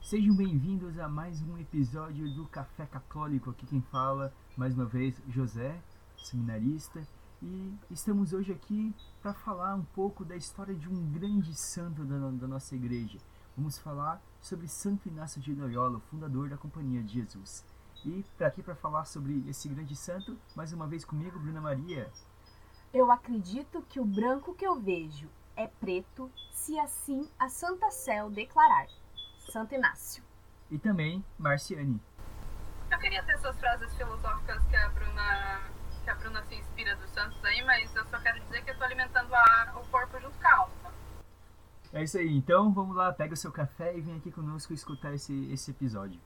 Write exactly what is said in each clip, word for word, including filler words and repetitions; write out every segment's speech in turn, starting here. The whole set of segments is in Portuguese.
Sejam bem-vindos a mais um episódio do Café Católico. Aqui quem fala, mais uma vez, José, seminarista. E estamos hoje aqui para falar um pouco da história de um grande santo da, da nossa igreja. Vamos falar sobre Santo Inácio de Loyola, fundador da Companhia de Jesus. E para aqui para falar sobre esse grande santo, mais uma vez comigo, Bruna Maria. Eu acredito que o branco que eu vejo é preto, se assim a Santa Sé o declarar. Santo Inácio. E também Marciane. Eu queria ter essas frases filosóficas que a Bruna, que a Bruna se inspira dos santos aí, mas eu só quero dizer que eu tô alimentando a, o corpo junto com a alma. É isso aí, então vamos lá, pega o seu café e vem aqui conosco escutar esse, esse episódio.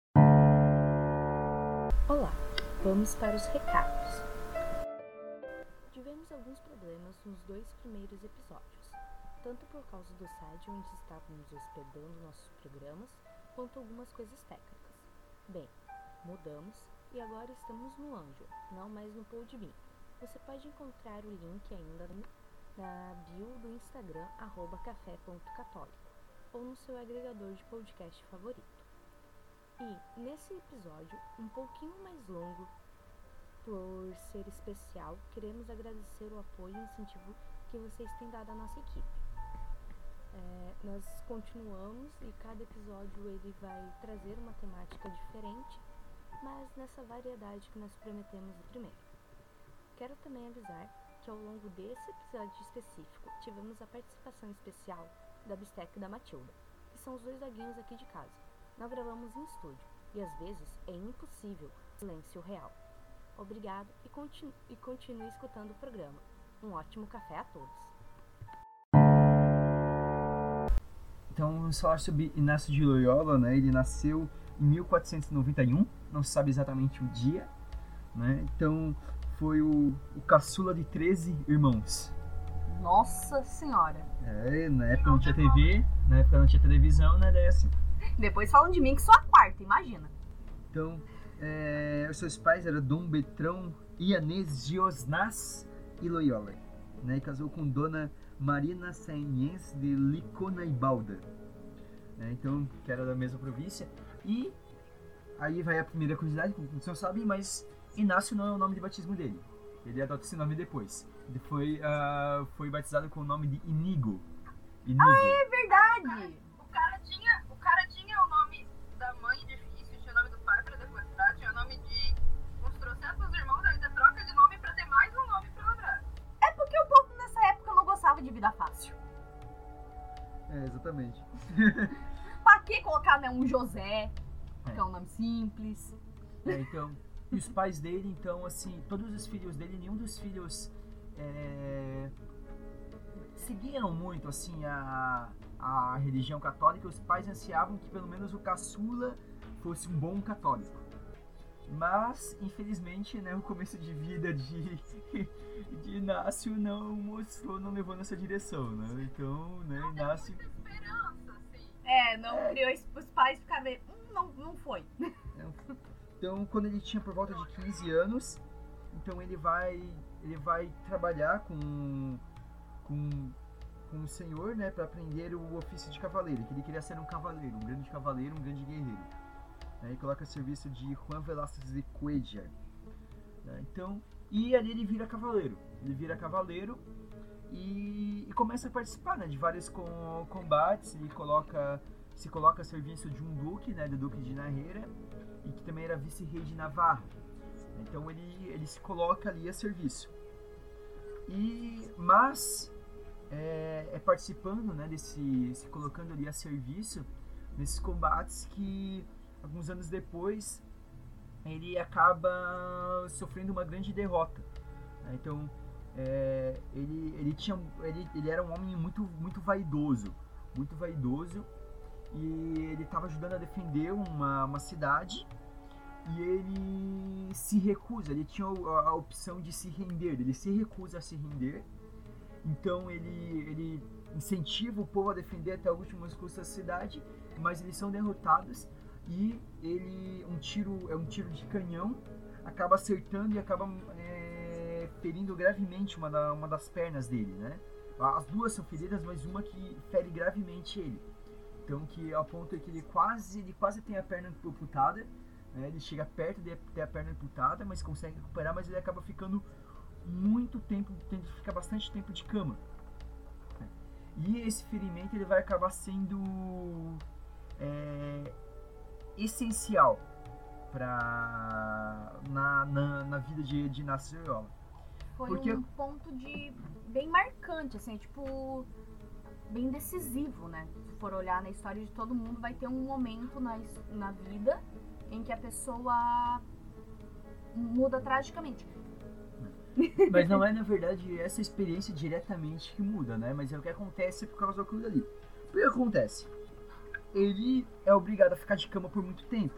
Olá, vamos para os recados. Tivemos alguns problemas nos dois primeiros episódios, tanto por causa do site onde estávamos hospedando nossos programas, quanto algumas coisas técnicas. Bem, mudamos e agora estamos no Anjo, não mais no Podbean. Você pode encontrar o link ainda na bio do Instagram, arroba café ponto católico, ou no seu agregador de podcast favorito. E, nesse episódio, um pouquinho mais longo, por ser especial, queremos agradecer o apoio e incentivo que vocês têm dado à nossa equipe. É, nós continuamos e cada episódio ele vai trazer uma temática diferente, mas nessa variedade que nós prometemos no primeiro. Quero também avisar que ao longo desse episódio específico tivemos a participação especial da Bistec e da Matilda, que são os dois doguinhos aqui de casa. Nós gravamos em estúdio e às vezes é impossível silêncio real. Obrigado e, continu- e continue escutando o programa. Um ótimo café a todos. Então vamos falar sobre Inácio de Loyola, né? Ele nasceu em mil quatrocentos e noventa e um, não se sabe exatamente o dia, né? Então foi o, o caçula de treze irmãos. Nossa Senhora! É, na época não tinha T V, na época não tinha televisão, né? Daí assim. Depois falam de mim que sou a quarta, imagina. Então, é, os seus pais eram Dom Bertrão Ianês Diosnaz e Loyola, né? E casou com Dona Marina Sainz de Liconaibalda, né? Então, que era da mesma província. E aí vai a primeira curiosidade, como vocês não sabem, mas Inácio não é o nome de batismo dele. Ele adota esse nome depois. Ele foi, uh, foi batizado com o nome de Inigo. Inigo. Ah, é verdade! O cara tinha, o cara tinha o nome da mãe difícil, tinha o nome do pai pra depois lembrar, tinha o nome de uns trocentos irmãos, ainda troca de nome pra ter mais um nome pra lembrar. É porque o povo nessa época não gostava de vida fácil. É, exatamente. Pra que colocar, né, um José, que é um nome simples? É, então, e os pais dele, então, assim, todos os filhos dele, nenhum dos filhos é, seguiram muito, assim, a, a religião católica. Os pais ansiavam que pelo menos o caçula fosse um bom católico. Mas, infelizmente, né, o começo de vida de, de Inácio não mostrou, não levou nessa direção, né? Então, né, Não tem Inácio... muita esperança, assim. É, não É. criou os pais ficar meio... Hum, não, não foi. Então, quando ele tinha por volta de quinze anos, então ele vai, ele vai trabalhar com, com, com o senhor, né, para aprender o ofício de cavaleiro, que ele queria ser um cavaleiro, um grande cavaleiro, um grande guerreiro. Né, e coloca a serviço de Juan Velázquez de Cuellar. Né, então, e ali ele vira cavaleiro. Ele vira cavaleiro e, e começa a participar, né, de vários com, combates e coloca, se coloca a serviço de um duque, né, do Duque de Narreira, e que também era vice-rei de Navarra. Então ele, ele se coloca ali a serviço. E, mas é, é participando, né, desse, se colocando ali a serviço nesses combates que alguns anos depois ele acaba sofrendo uma grande derrota. Né? Então é, ele, ele, tinha, ele, ele era um homem muito, muito vaidoso, muito vaidoso. E ele estava ajudando a defender uma, uma cidade e ele se recusa, ele tinha a, a opção de se render, ele se recusa a se render, então ele, ele incentiva o povo a defender até o último custo da cidade, mas eles são derrotados e ele, um tiro, é um tiro de canhão, acaba acertando e acaba é, ferindo gravemente uma, da, uma das pernas dele, né? As duas são feridas, mas uma que fere gravemente ele. Então que ao ponto que ele quase, ele quase tem a perna amputada, né? Ele chega perto de ter a perna amputada, mas consegue recuperar, mas ele acaba ficando muito tempo, tem que ficar bastante tempo de cama. E esse ferimento ele vai acabar sendo é, essencial pra, na, na, na vida de, de Inácio Loyola. Foi Porque... um ponto de bem marcante, assim, tipo, bem decisivo, né? Se for olhar na história de todo mundo, vai ter um momento na, na vida em que a pessoa muda tragicamente. Mas não é, na verdade, essa experiência diretamente que muda, né? Mas é o que acontece por causa daquilo ali. O que acontece? Ele é obrigado a ficar de cama por muito tempo.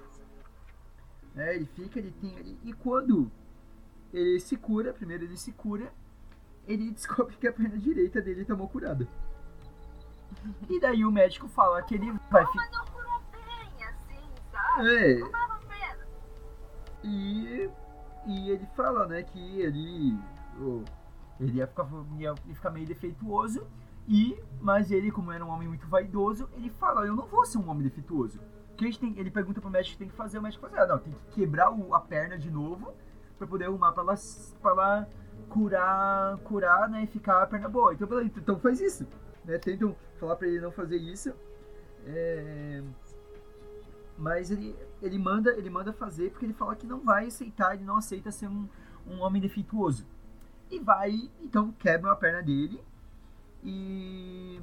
Né? Ele fica, ele tem... Ele, e quando ele se cura, primeiro ele se cura, ele descobre que a perna direita dele tomou curada. E daí o médico fala que ele vai ficar... Mas não curou bem, assim, sabe? É. Não dava pena. E... E ele fala, né, que ele, oh, ele ia, ficar, ia ficar meio defeituoso, e, mas ele, como era um homem muito vaidoso, ele fala, eu não vou ser um homem defeituoso. Que a gente tem, ele pergunta pro médico o que tem que fazer, o médico fala, ah, não, tem que quebrar o, a perna de novo, pra poder arrumar pra ela, pra ela curar, curar, né, e ficar a perna boa. Então, então faz isso. Né, tentam falar pra ele não fazer isso. É... Mas ele, ele, manda, ele manda fazer porque ele fala que não vai aceitar, ele não aceita ser um, um homem defeituoso. E vai, então quebra a perna dele e,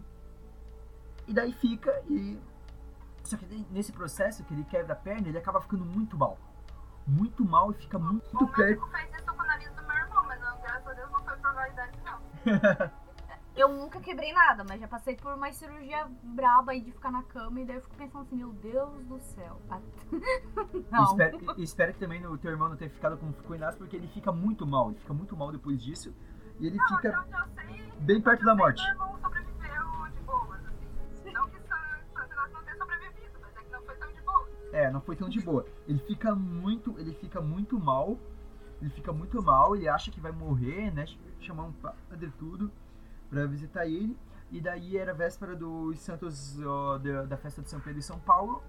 e daí fica. E, só que nesse processo que ele quebra a perna, ele acaba ficando muito mal. Muito mal e fica muito O perto. médico fez isso com o nariz do meu irmão, mas não, graças a Deus não foi por vaidade, não. Eu nunca quebrei nada, mas já passei por uma cirurgia braba aí de ficar na cama, e daí eu fico pensando assim, meu Deus do céu. Não. Espero, espero que também o teu irmão não tenha ficado como ficou Inácio, porque ele fica muito mal, ele fica muito mal depois disso. E ele Não, fica até onde eu sei, bem perto da morte. meu irmão sobreviveu de boas, assim. Não que Santo Inácio não tenha sobrevivido, mas é que não foi tão de boa. É, não foi tão de boa. Ele fica muito, ele fica muito mal. Ele fica muito mal, ele acha que vai morrer, né? Chamar um padre e tudo pra visitar ele. E daí era a véspera dos Santos, ó, da, da festa de São Pedro em São Paulo.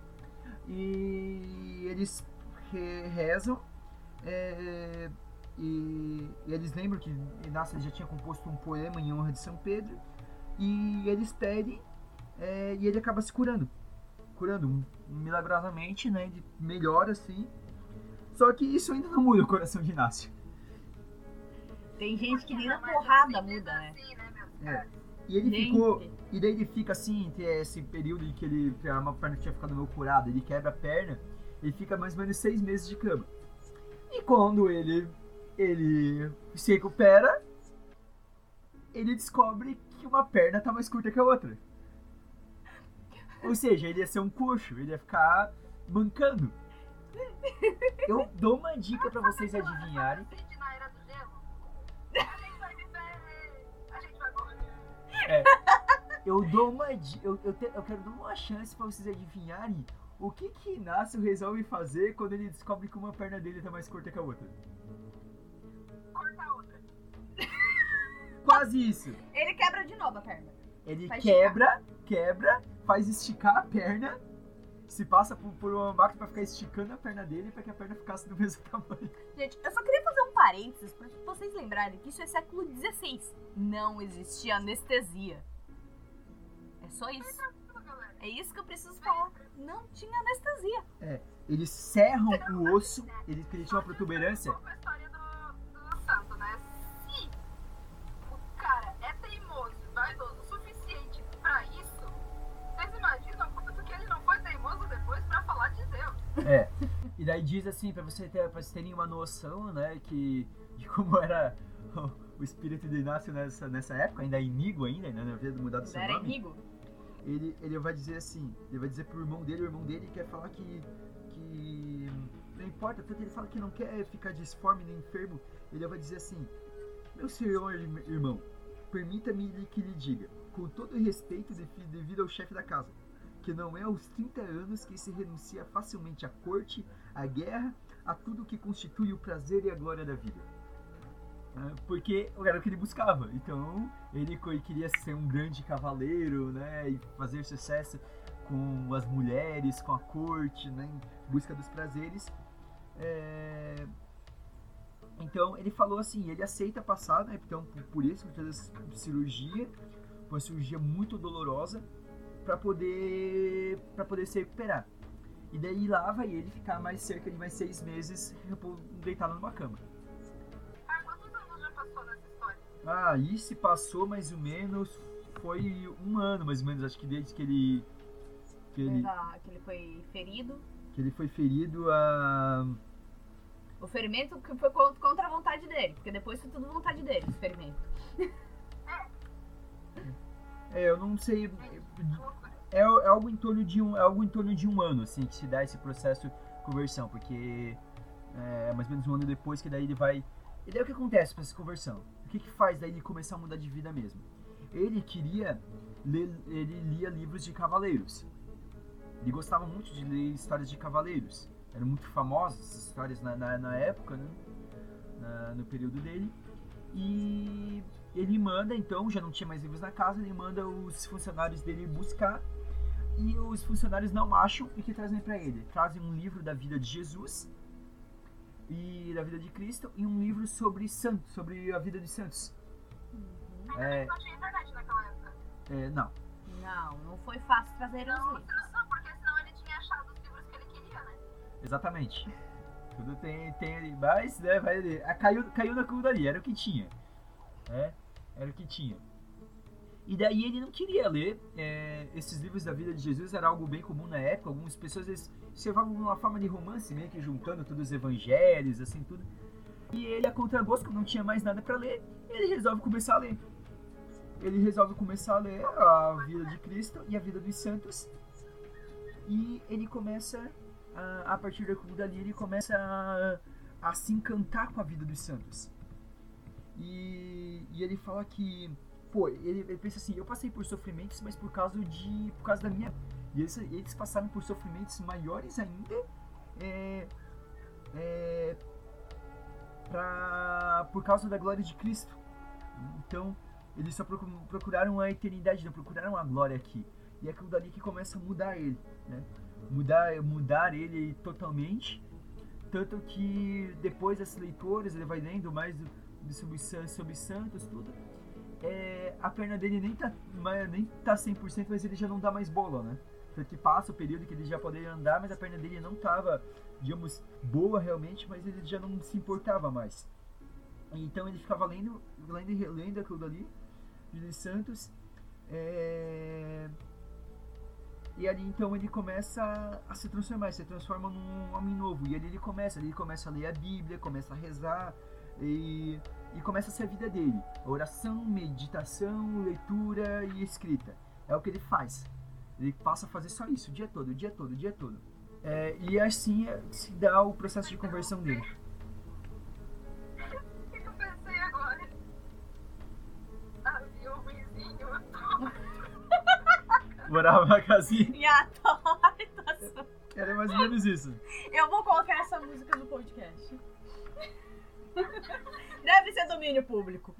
E eles re rezam. É, e, e eles lembram que Inácio já tinha composto um poema em honra de São Pedro. E eles pedem, é, e ele acaba se curando. Curando milagrosamente, né? Ele melhora assim. Só que isso ainda não muda o coração de Inácio. Tem gente que nem na Mas porrada assim, muda, né? assim, né, meus É. caras? E ele Gente. ficou. E daí ele fica assim, tem esse período em que ele. que uma perna que tinha ficado meio curada, ele quebra a perna, ele fica mais ou menos seis meses de cama. E quando ele. ele se recupera, ele descobre que uma perna tá mais curta que a outra. Ou seja, ele ia ser um coxo, ele ia ficar mancando. Eu dou uma dica pra vocês adivinharem. Cid na era do gelo. A gente vai viver, a gente vai morrer. É, eu dou uma di- eu, eu, te- eu quero dar uma chance pra vocês adivinharem o que que Inácio resolve fazer quando ele descobre que uma perna dele tá mais curta que a outra. Corta a outra. Quase isso. Ele quebra de novo a perna. Ele Faz quebra, quebra, faz esticar a perna, se passa por, por uma máquina pra ficar esticando a perna dele pra que a perna ficasse do mesmo tamanho. Gente, eu só queria fazer um parênteses pra vocês lembrarem que isso é século dezesseis. Não existia anestesia. É só isso. Tudo, galera. É isso que eu preciso falar. Não tinha anestesia. É, eles serram o osso, ele, porque ele tinha uma protuberância. Um pouco a história do, do santo, né? Se o cara é teimoso, vaidoso o suficiente pra isso, vocês imaginam o quanto que ele não foi teimoso depois pra falar de Deus? É, e daí diz assim, pra, você ter, pra vocês terem uma noção, né, que, de como era o, o espírito de Inácio nessa, nessa época, ainda Inigo ainda, né, não havia mudado seu Era nome. Inigo. Ele, ele vai dizer assim, ele vai dizer pro irmão dele, o irmão dele quer falar que, que não importa, tanto ele fala que não quer ficar disforme nem enfermo, ele vai dizer assim, meu senhor irmão, permita-me que lhe diga, com todo respeito devido ao chefe da casa, que não é aos trinta anos que se renuncia facilmente à corte, à guerra, a tudo que constitui o prazer e a glória da vida. Porque era o que ele buscava, então ele queria ser um grande cavaleiro, né, e fazer sucesso com as mulheres, com a corte, né, em busca dos prazeres. É... Então ele falou assim, ele aceita passar, né, então por, por isso, por toda essa cirurgia, uma cirurgia muito dolorosa, para poder, para poder se recuperar. E daí lá vai ele ficar mais cerca de mais seis meses deitado numa cama. Ah, quantos anos já passou nessa história? Ah, e se passou mais ou menos, foi um ano mais ou menos, acho que desde que ele... Que ele, Já que ele foi ferido. que ele foi ferido a... O ferimento que foi con- contra a vontade dele, porque depois foi tudo vontade dele, o ferimento. É, eu não sei... Gente, que loucura. É, é algo em torno de um, é algo em torno de um ano, assim, que se dá esse processo de conversão, porque é mais ou menos um ano depois que daí ele vai... E daí o que acontece com essa conversão? O que que faz daí ele começar a mudar de vida mesmo? Ele queria ler, ele lia livros de cavaleiros. Ele gostava muito de ler histórias de cavaleiros. Eram muito famosas essas histórias na, na, na época, né? Na, no período dele. E ele manda, então, já não tinha mais livros na casa, ele manda os funcionários dele buscar. E os funcionários não acham e que trazem para ele. Trazem um livro da vida de Jesus e da vida de Cristo e um livro sobre santos, sobre a vida dos santos. Ainda É. bem que não tinha internet naquela época. É, não, Não, não foi fácil trazer Não, os livros. senão- não, porque senão ele tinha achado os livros que ele queria, né? exatamente. Tudo tem, tem ali, mas né, vai ali. Ah, Caiu, caiu na curva ali, era o que tinha. É, era o que tinha. E daí ele não queria ler é, esses livros da vida de Jesus, era algo bem comum na época. Algumas pessoas eles observavam uma forma de romance, meio que juntando todos os evangelhos, assim, tudo. E ele, a contragosto, como não tinha mais nada pra ler, ele resolve começar a ler. Ele resolve começar a ler a vida de Cristo e a vida dos santos. E ele começa, a, a partir dali, ele começa a, a se encantar com a vida dos santos. E, e ele fala que, pô, ele, ele pensa assim, eu passei por sofrimentos, mas por causa de, por causa da minha... E eles, eles passaram por sofrimentos maiores ainda, é, é, pra, por causa da glória de Cristo. Então, eles só procu- procuraram a eternidade, não procuraram a glória aqui. E é aquilo dali que começa a mudar ele, né? Mudar, mudar ele totalmente. Tanto que depois das leituras, ele vai lendo mais do, do sobre, san- sobre santos, tudo. É, a perna dele nem tá, ma- nem tá cem por cento, mas ele já não dá mais bola, né? Tanto que passa o período que ele já poderia andar, mas a perna dele não tava, digamos, boa realmente, mas ele já não se importava mais. Então ele ficava lendo, lendo e relendo aquilo dali, de Santos. É... E ali então ele começa a se transformar, se transforma num homem novo. E ali ele começa, ali ele começa a ler a Bíblia, começa a rezar e, e começa a ser a vida dele. Oração, meditação, leitura e escrita. É o que ele faz. Ele passa a fazer só isso, o dia todo, o dia todo, o dia todo. É, e assim é, se dá o processo de conversão dele. O que que eu pensei agora? Havia um vizinho. Morava na casinha. E a torta. Era mais ou menos isso. Eu vou colocar essa música no podcast. Deve ser domínio público.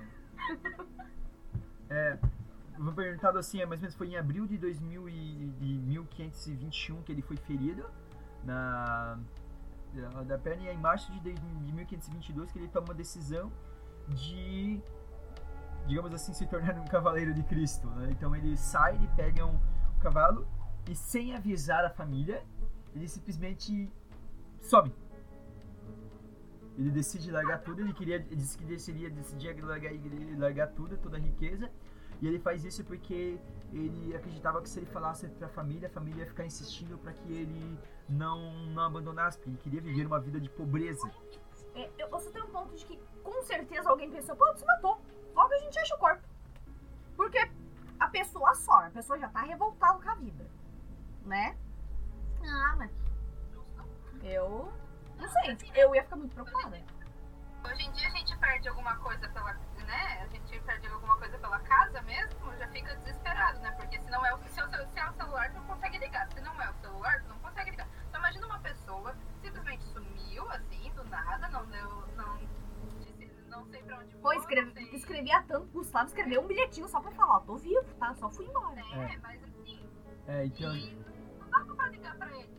É, foi perguntado assim, é, mais ou menos foi em abril de, dois mil e, de mil quinhentos e vinte e um que ele foi ferido na, da, da perna, e é em março de, de mil quinhentos e vinte e dois que ele toma uma decisão de, digamos assim, se tornar um cavaleiro de Cristo, né? Então ele sai, ele pega um, um cavalo e, sem avisar a família, ele simplesmente some. Ele decide largar tudo, ele queria, ele disse que decidia, decidia largar, largar tudo, toda a riqueza. E ele faz isso porque ele acreditava que se ele falasse pra família, a família ia ficar insistindo para que ele não, não abandonasse, porque ele queria viver uma vida de pobreza. É, eu só tenho um ponto de que com certeza alguém pensou, pô, se matou. Logo a gente acha o corpo. Porque a pessoa some, a pessoa já tá revoltada com a vida. Né? Ah, mas eu não sei, eu ia ficar muito preocupada. Hoje em dia a gente perde alguma coisa pela, né? A gente perde alguma coisa pela casa mesmo, já fica desesperado, né? Porque se não é o, se é o, se é o celular, tu não consegue ligar. Se não é o celular, tu não consegue ligar. Então imagina uma pessoa simplesmente sumiu, assim, do nada, não deu, não, disse, não sei pra onde Pô, foi. escreve, não sei- escrevia tanto, Gustavo escreveu um bilhetinho só pra falar, ó, tô vivo, tá? Só fui embora. É, É. mas assim, É, então, E não dava pra ligar pra ele.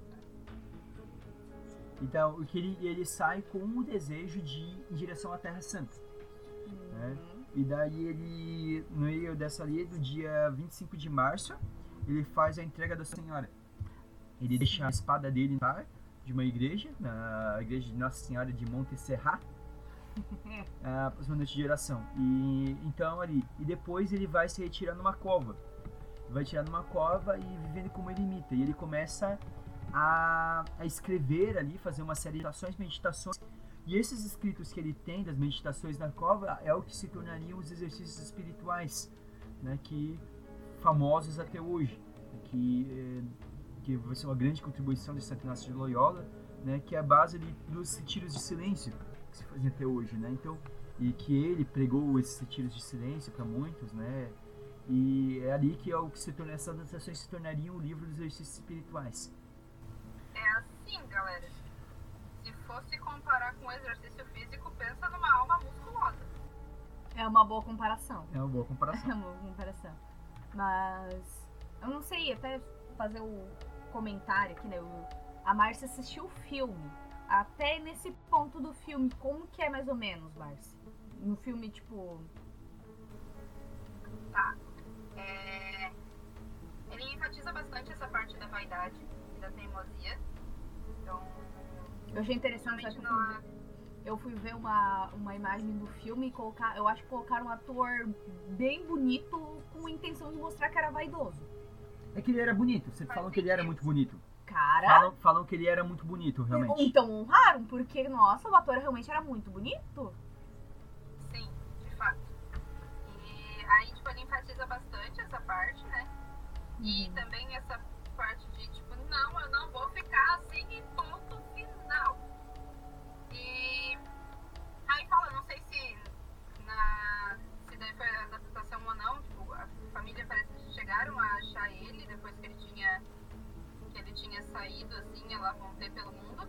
então o que ele, ele sai com o desejo de ir em direção à Terra Santa. Né? E daí ele, no meio dessa ali, do dia vinte e cinco de março, ele faz a entrega da Senhora. Ele deixa a espada dele no altar de uma igreja, na igreja de Nossa Senhora de Montserrat, a próxima noite de oração. E então ali, e depois ele vai se retirar numa cova. Vai tirar numa cova e vivendo como eremita. E ele começa a, a escrever ali, fazer uma série de meditações, meditações. E esses escritos que ele tem das meditações na cova é o que se tornariam os exercícios espirituais, né, que famosos até hoje, que, que vai ser uma grande contribuição de Santo Inácio de Loyola, né, que é a base ali dos retiros de silêncio que se fazem até hoje, né, então, e que ele pregou esses retiros de silêncio para muitos, né, e é ali que é o que se torna, essas meditações se tornariam o livro dos exercícios espirituais. É assim, galera. Se fosse comparar com exercício físico, pensa numa alma musculosa. É uma boa comparação. É uma boa É comparação. uma boa comparação. Mas eu não sei, até fazer o comentário aqui, né? O- a Márcia assistiu o filme. Até nesse ponto do filme, como que é mais ou menos, Márcia? No filme, tipo. Tá. É, Ele enfatiza bastante essa parte da vaidade e da teimosia. Então, Eu achei interessante, principalmente sabe? na... Eu fui ver uma, uma imagem do filme e colocar. Eu acho que colocaram um ator bem bonito com a intenção de mostrar que era vaidoso. É que ele era bonito, sempre falam que ele era muito bonito. Cara. Falam, falam que ele era muito bonito, realmente. Então honraram, porque, nossa, o ator realmente era muito bonito. Sim, de fato. E aí, tipo, ele enfatiza bastante essa parte, né? E Uhum. também essa parte de, tipo, não, eu não vou ficar assim e ponto final. E aí fala, não sei se na se daí foi a adaptação ou não, tipo, a família parece que chegaram a achar ele depois que ele tinha que ele tinha saído assim, a lá vão ter pelo mundo.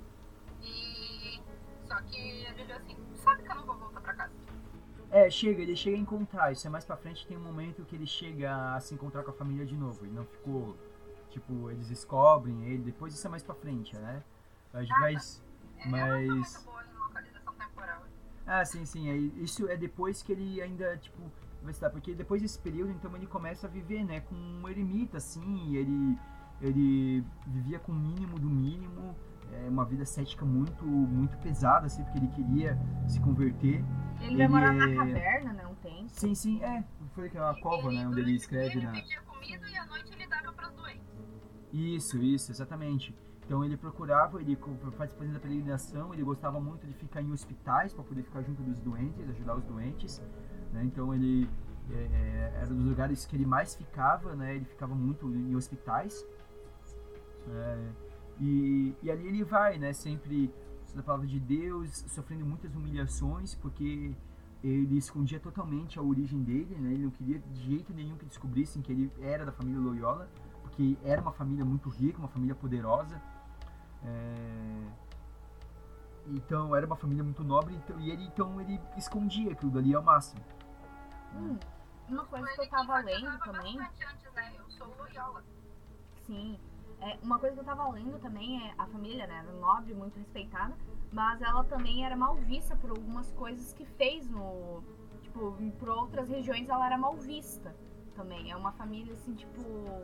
E só que ele olhou assim, sabe que eu não vou voltar pra casa. É, chega, ele chega a encontrar, isso é mais pra frente, tem um momento que ele chega a se encontrar com a família de novo, ele não ficou, tipo, eles descobrem ele, depois isso é mais pra frente, né? A gente vai... É, eu não sou muito Mas... boa em localização temporal. Ah, sim, sim, é, isso é depois que ele ainda, tipo, vai estar, porque depois desse período, então, ele começa a viver, né, com um eremita, assim, ele, ele vivia com o mínimo do mínimo, é uma vida cética muito, muito pesada, assim, porque ele queria se converter. Ele vai morar na é- caverna, né? Um tempo. Sim, sim, é, foi aquela cova, né, onde ele escreve Ele na... pedia comida e à noite ele dava pros doentes. Isso, isso, exatamente. Então ele procurava, ele co- participando da peregrinação, ele gostava muito de ficar em hospitais para poder ficar junto dos doentes, ajudar os doentes, né? Então ele é, era dos lugares que ele mais ficava, né? Ele ficava muito em hospitais. É, e, e ali ele vai, né? Sempre da palavra de Deus, sofrendo muitas humilhações, porque ele escondia totalmente a origem dele, né? Ele não queria de jeito nenhum que descobrissem que ele era da família Loyola, porque era uma família muito rica, uma família poderosa. É, Então era uma família muito nobre, então, e ele então ele escondia aquilo dali ao máximo. Hum, uma coisa que eu Ele tava enfatizava lendo também. bastante antes, né? Eu sou Loyola. Sim. É, uma coisa que eu tava lendo também é a família, né? Era nobre, muito respeitada, mas ela também era mal vista por algumas coisas que fez no. Tipo, em- por outras regiões ela era mal vista também. É uma família assim, tipo.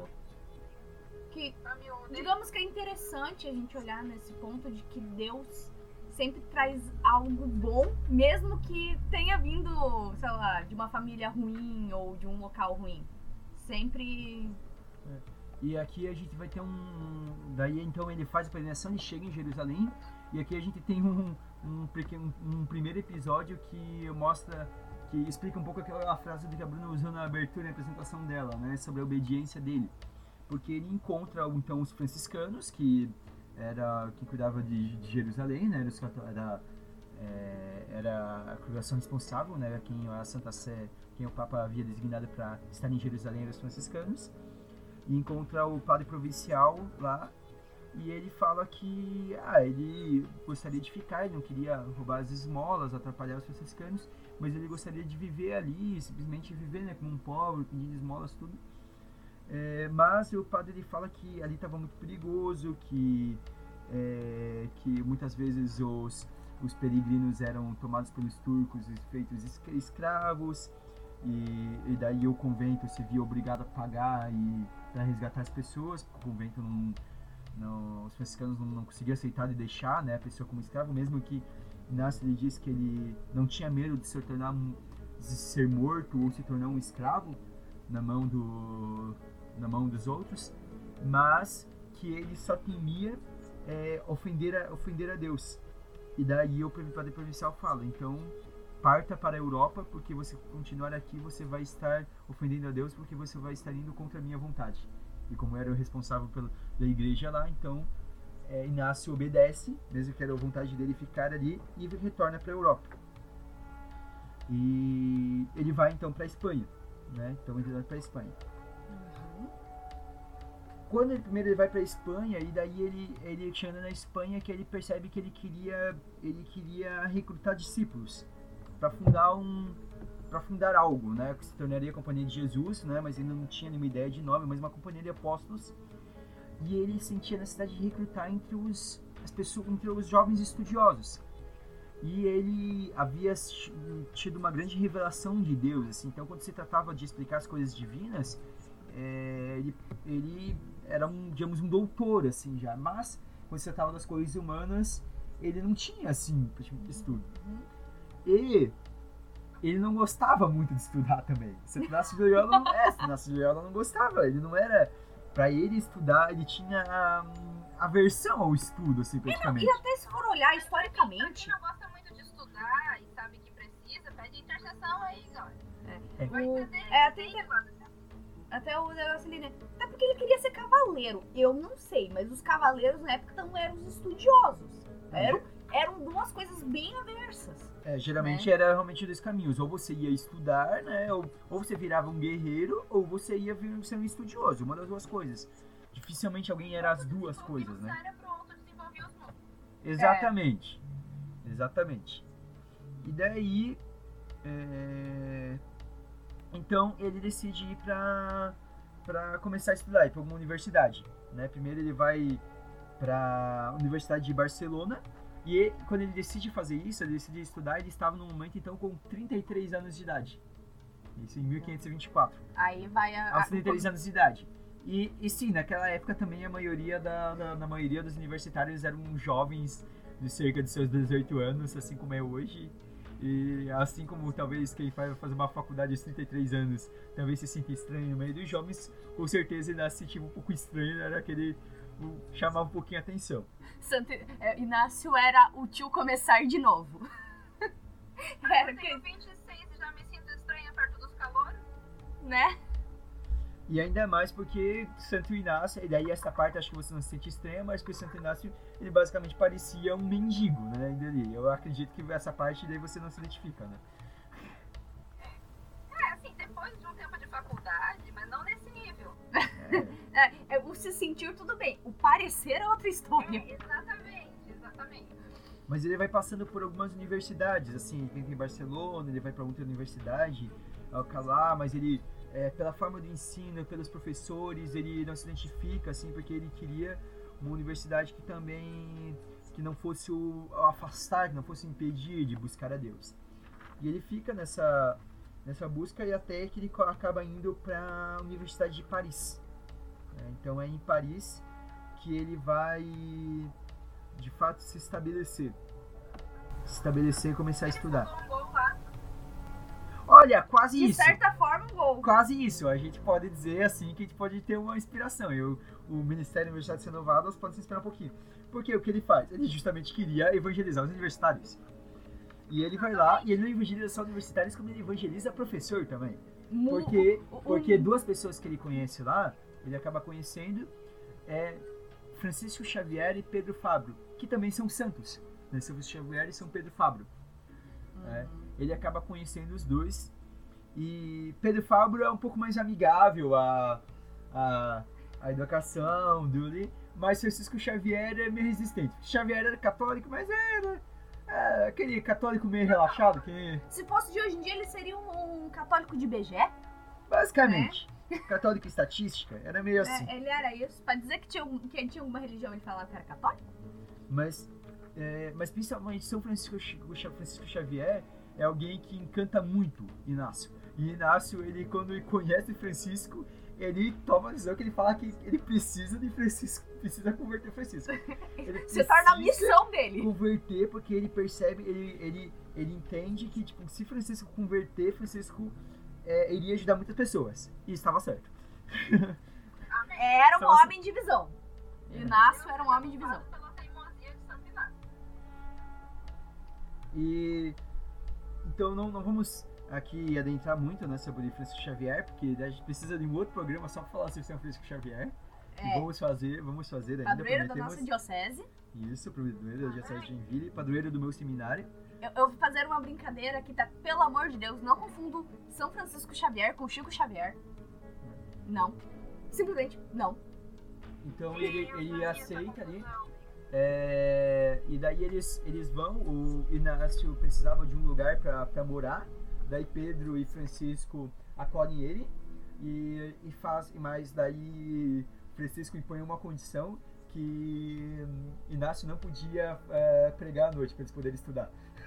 Que. A miúda. Digamos que é interessante a gente olhar nesse ponto de que Deus sempre traz algo bom, mesmo que tenha vindo, sei lá, de uma família ruim ou de um local ruim. Sempre. E aqui a gente vai ter um. Daí então ele faz a peregrinação, ele chega em Jerusalém. E aqui a gente tem um, um, pequeno, um primeiro episódio que mostra, que explica um pouco aquela frase que a Bruna usou na abertura e na apresentação dela, né? Sobre a obediência dele. Porque ele encontra então os franciscanos, que era quem cuidava de, de Jerusalém, né? Era, os cató- era, é, era a congregação responsável, né? Quem a Santa Sé, quem o Papa havia designado para estar em Jerusalém eram os franciscanos. E encontra o padre provincial lá, e ele fala que ah, ele gostaria de ficar, ele não queria roubar as esmolas, atrapalhar os franciscanos, mas ele gostaria de viver ali, simplesmente viver, né, como um pobre, pedindo esmolas, tudo. É, mas o padre ele fala que ali estava muito perigoso, que, é, que muitas vezes os, os peregrinos eram tomados pelos turcos e feitos es- escravos, e, e daí o convento se via obrigado a pagar para resgatar as pessoas, porque o convento não, não, os franciscanos não, não conseguiam aceitar de deixar, né, a pessoa como escravo, mesmo que Inácio ele diz que ele não tinha medo de se tornar de ser morto ou se tornar um escravo na mão do na mão dos outros, mas que ele só temia é, ofender a ofender a Deus. E daí o padre provincial fala: então parta para a Europa, porque você continuar aqui você vai estar ofendendo a Deus, porque você vai estar indo contra a minha vontade. E como era o responsável pela da igreja lá, então é, Inácio obedece, mesmo que era a vontade dele ficar ali, e retorna para a Europa. E ele vai então para a Espanha, né? Então ele vai para a Espanha. Uhum. Quando ele, primeiro ele vai para a Espanha, e daí ele ele chega na Espanha que ele percebe que ele queria ele queria recrutar discípulos para fundar um para fundar algo, né? Que se tornaria a Companhia de Jesus, né? Mas ainda não tinha nenhuma ideia de nome, mas uma companhia de apóstolos. E ele sentia a necessidade de recrutar entre os as pessoas, entre os jovens estudiosos. E ele havia tido uma grande revelação de Deus, assim. Então, quando se tratava de explicar as coisas divinas, é, ele, ele era um, digamos, um doutor, assim, já. Mas, quando se tratava das coisas humanas, ele não tinha, assim, estudo. E ele não gostava muito de estudar também. Se Inácio de Loyola não, é, Inácio de Loyola não gostava. Ele não era... Para ele estudar, ele tinha um, aversão ao estudo, assim, praticamente. E até se for olhar Pra historicamente... quem não gosta muito de estudar e sabe que precisa, pede intercessão aí, galera. É. Vai O- entender. é, até bem, inter- mano. Até o negócio ali, né? Até porque ele queria ser cavaleiro. Eu não sei, mas os cavaleiros na época não eram os estudiosos. Eram, eram duas coisas bem aversas. É, geralmente Né? era realmente dois caminhos. Ou você ia estudar, né? Ou, ou você virava um guerreiro, ou você ia vir, ser um estudioso. Uma das duas coisas. Dificilmente alguém era as duas coisas, né? O cérebro outro desenvolvia os músculos. Exatamente. Exatamente. E daí... é, então ele decide ir pra, pra começar a estudar, ir pra alguma universidade, né? Primeiro ele vai pra Universidade de Barcelona. E ele, quando ele decide fazer isso, ele decide estudar, ele estava no momento então com trinta e três anos de idade. Isso em mil quinhentos e vinte e quatro. Aí vai a... Aos a- trinta e três anos de idade. E, e sim, naquela época também a maioria da, da, da maioria dos universitários eram jovens de cerca de seus dezoito anos, assim como é hoje. E assim como talvez quem vai fazer uma faculdade aos trinta e três anos talvez se sinta estranho no meio dos jovens, com certeza ele se sentia um pouco estranho, era aquele... o- chamava um pouquinho a atenção. Santo, é, Inácio era o tio começar de novo. Era Eu que, tenho vinte e seis e já me sinto estranha perto dos calores. né? E ainda mais porque Santo Inácio, e daí essa parte acho que você não se sente estranha, mas porque Santo Inácio, ele basicamente parecia um mendigo, né, ainda ali. Eu acredito que essa parte daí você não se identifica, né. É, assim, depois de um tempo de faculdade, mas não nesse nível. É, É, é, o se sentir tudo bem. O parecer é outra história. É, exatamente, exatamente. mas ele vai passando por algumas universidades, assim, ele vem em Barcelona, ele vai para outra universidade, Alcalá, mas ele, é, pela forma do ensino, pelos professores, ele não se identifica, assim, porque ele queria uma universidade que também, que não fosse o o afastar, que não fosse impedir de buscar a Deus. E ele fica nessa, nessa busca e até que ele co- acaba indo para a Universidade de Paris. né? Então é em Paris que ele vai, de fato, se estabelecer. Se estabelecer e começar a estudar. Ele falou um gol lá. Olha, quase De isso. certa forma, um gol. Quase isso. A gente pode dizer assim que a gente pode ter uma inspiração. Eu, o Ministério da Universidade de Ser Renovadas pode se inspirar um pouquinho. Porque o que ele faz? Ele justamente queria evangelizar os universitários. E ele vai lá e ele não evangeliza só universitários, como ele evangeliza professor também. Mu- Porque, o- o- porque duas pessoas que ele conhece lá, ele acaba conhecendo, é Francisco Xavier e Pedro Fabro, que também são santos. Né? Francisco Xavier e São Pedro Fabro. né? Ele acaba conhecendo os dois. E Pedro Fabro é um pouco mais amigável à, à, à educação, dele, mas Francisco Xavier é meio resistente. Xavier era católico, mas era é, aquele católico meio relaxado que... Se fosse de hoje em dia, ele seria um, um católico de B G? Basicamente, católico e estatística era meio assim. É, ele era isso. Pra dizer que tinha, um- que tinha alguma religião, ele falava que era católico? Mas, é, mas principalmente São Francisco, Xa- Francisco Xavier é alguém que encanta muito Inácio. E Inácio, ele, quando ele conhece Francisco, ele toma a decisão que ele fala que ele precisa de Francisco, precisa converter Francisco. Ele Se torna a precisa missão dele. converter porque ele percebe, ele, ele, ele entende que tipo, se Francisco converter, Francisco é, iria ajudar muitas pessoas. E estava certo. Era um Então, assim- homem de visão. É. Inácio era um homem de visão. Pela teimosia de Santo Inácio. E então não, não vamos aqui adentrar muito, né, sobre Francisco Xavier, porque a gente precisa de um outro programa só para falar sobre São Francisco Xavier. E É, vamos fazer, vamos fazer ainda, padroeiro da prometemos. nossa diocese. Isso, padroeiro da Diocese de Joinville, padroeiro do meu seminário. Eu, eu vou fazer uma brincadeira aqui, tá? Pelo amor de Deus, não confundo São Francisco Xavier com Chico Xavier. Não. Simplesmente não. Então ele, Eu ele fazia aceita essa ali. confusão. É, e daí eles, eles vão, o Inácio precisava de um lugar para morar, daí Pedro e Francisco acolhem ele e, e faz, e mais daí Francisco impõe uma condição que Inácio não podia é, pregar à noite para eles poderem estudar.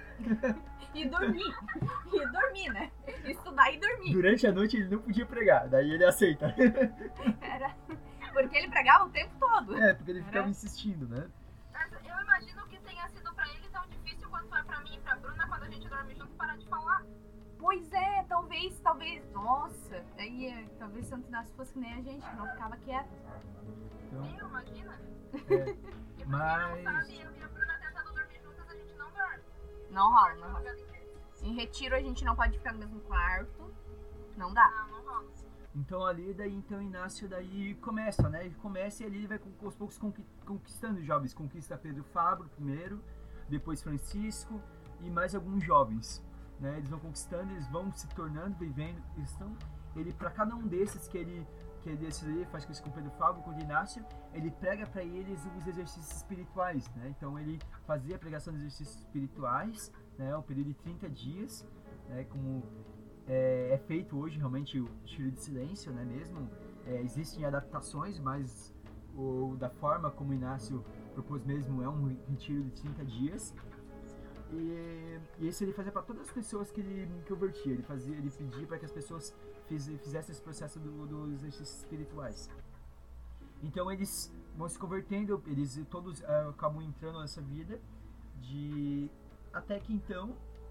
E dormir. E dormir, né? Estudar e dormir. Durante a noite ele não podia pregar, daí ele aceita. Era. Porque ele pregava o tempo todo. É, porque ele ficava Era. insistindo, né? Mas eu imagino que tenha sido pra ele tão difícil quanto é pra mim e pra Bruna quando a gente dorme junto parar de falar. Pois é, talvez, talvez. Nossa, aí é, talvez Santo Inácio fosse que nem a gente, que não ficava quieto. Então, Eu, imagina. é, E pra Mas- quem não sabe, eu e a Bruna tentando dormir juntas, a gente não dorme. Não rola, Dorme não a rola. madrugada inteira. Em retiro a gente não pode ficar no mesmo quarto. Não dá. Não, não rola. Então ali, daí, então Inácio daí começa, né? Ele começa e ali ele vai com- aos poucos conqui- conquistando os jovens. Conquista Pedro Fabro primeiro, depois Francisco e mais alguns jovens, né? Eles vão conquistando, eles vão se tornando, vivendo, eles estão... Ele, para cada um desses que ele, que ele decide, faz com isso com Pedro Fabro, com o Inácio, ele prega para eles os exercícios espirituais, né? Então ele fazia a pregação dos exercícios espirituais, né? Um período de trinta dias, né? Como... É, é feito hoje realmente o retiro de silêncio, né, mesmo? É, existem adaptações, mas o, da forma como o Inácio propôs mesmo é um retiro de trinta dias. E, e esse ele fazia para todas as pessoas que ele convertia. Ele, fazia, ele pedia para que as pessoas fiz, fizessem esse processo do, dos exercícios espirituais. Então eles vão se convertendo, eles todos uh, acabam entrando nessa vida de até que então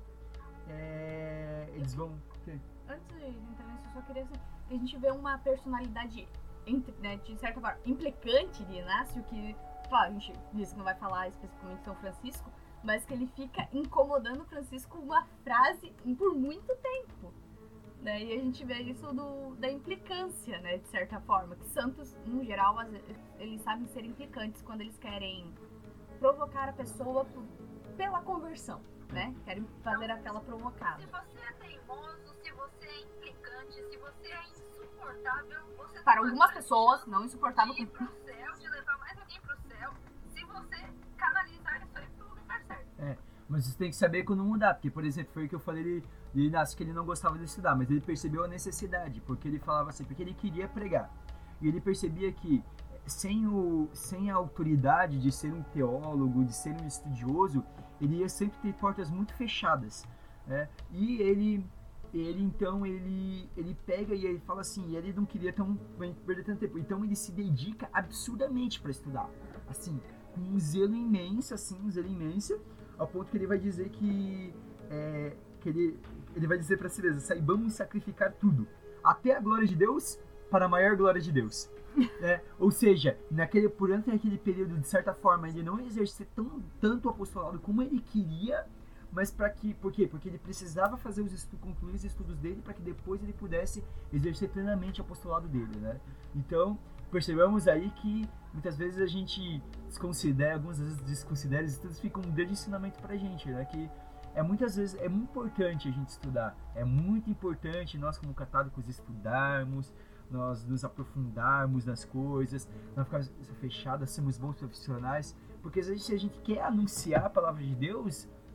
é, eles vão Antes de entrar nisso, eu só queria dizer que a gente vê uma personalidade, entre, né, de certa forma, implicante de Inácio, que, claro, a gente disse que não vai falar especificamente de São Francisco, mas que ele fica incomodando Francisco uma frase por muito tempo. Né? E a gente vê isso do, da implicância, né, de certa forma, que santos, no geral, às vezes, eles sabem ser implicantes quando eles querem provocar a pessoa por, pela conversão, né? Querem fazer aquela provocada. Se você é teimoso, se você é implicante, se você é insuportável, você Para não algumas vai pessoas, não insuportável de ir com... pro céu, de levar mais alguém pro céu, se você canalizar isso aí pro lugar certo. Mas você tem que saber quando mudar, porque, por exemplo, foi o que eu falei de, de Inácio, que ele não gostava de estudar, mas ele percebeu a necessidade, porque ele falava assim, porque ele queria pregar. E ele percebia que sem, o, sem a autoridade de ser um teólogo, de ser um estudioso, ele ia sempre ter portas muito fechadas, né? E ele, ele então, ele, ele pega e ele fala assim, e ele não queria tão, perder tanto tempo, então ele se dedica absurdamente para estudar, assim, com um zelo imenso, assim, um zelo imenso, ao ponto que ele vai dizer que, é, que ele, ele vai dizer para si mesmo, saibamos sacrificar tudo, até a glória de Deus, para a maior glória de Deus. É, ou seja, naquele, durante aquele período, de certa forma, ele não exercer tão, tanto o apostolado como ele queria, mas para que, por quê? Porque ele precisava fazer os estudos, concluir os estudos dele para que depois ele pudesse exercer plenamente o apostolado dele, né? Então, percebemos aí que muitas vezes a gente desconsidera, algumas vezes desconsidera os estudos, fica um grande ensinamento pra gente, né? Que é muitas vezes, é muito importante a gente estudar, é muito importante nós como católicos estudarmos, nós nos aprofundarmos nas coisas, não ficarmos fechados, sermos bons profissionais, porque às vezes se a gente quer anunciar a palavra de Deus,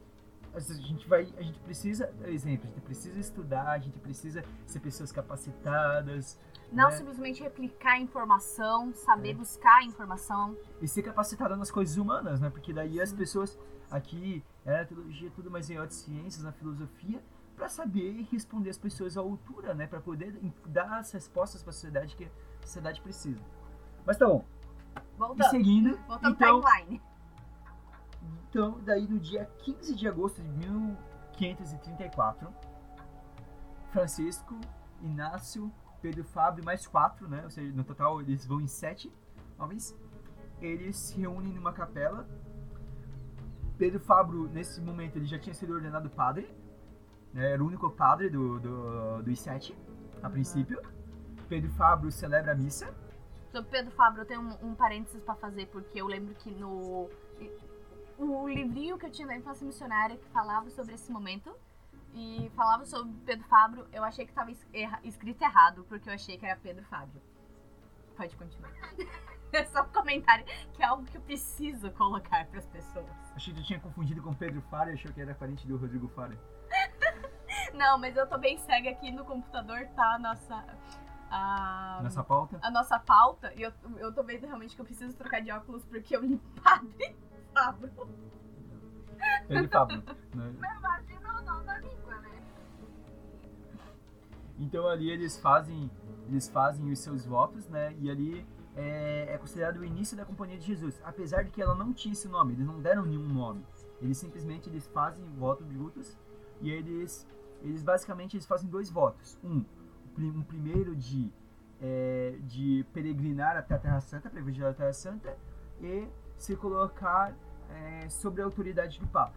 a gente vai, a gente precisa, exemplo, a gente precisa estudar, a gente precisa ser pessoas capacitadas. Não né? simplesmente replicar a informação, saber É. buscar a informação. E ser capacitado nas coisas humanas, né? Porque daí as pessoas aqui, é, na teologia, tudo, mas em outras ciências, na filosofia, para saber responder as pessoas à altura, né? Para poder dar as respostas para a sociedade que a sociedade precisa. Mas tá bom. E Voltando. seguindo, Voltando então, timeline. então, daí no dia quinze de agosto de mil quinhentos e trinta e quatro, Francisco, Inácio, Pedro Fábio, mais quatro, né? Ou seja, no total eles vão em sete homens. Eles se reúnem numa capela. Pedro Fábio, nesse momento, ele já tinha sido ordenado padre. Né? Era o único padre do, do, dos sete, a Uhum. princípio. Pedro Fábio celebra a missa. Sobre Pedro Fábio, eu tenho um, um parênteses pra fazer, porque eu lembro que no... O livrinho que eu tinha da infância missionária que falava sobre esse momento e falava sobre Pedro Fábio, eu achei que estava escrito errado, porque eu achei que era Pedro Fábio. Pode continuar. É só um comentário, que é algo que eu preciso colocar pras pessoas. Achei que eu tinha confundido com Pedro Fábio, achou que era parente do Rodrigo Fábio. Não, mas eu tô bem cega aqui no computador, tá a nossa... A, Nessa pauta. a nossa pauta, e eu, eu tô vendo realmente que eu preciso trocar de óculos porque eu li Padre Fábio. Pedro Fábio. Né? Mas imagina o nó da língua, né? Então ali eles fazem, eles fazem os seus votos, né? E ali é, é considerado o início da Companhia de Jesus. Apesar de que ela não tinha esse nome, eles não deram nenhum nome. Eles simplesmente eles fazem votos juntos e eles, eles basicamente eles fazem dois votos. Um, um primeiro de, é, de peregrinar até a Terra Santa, para vigiar a Terra Santa, e se colocar é, sobre a autoridade do Papa.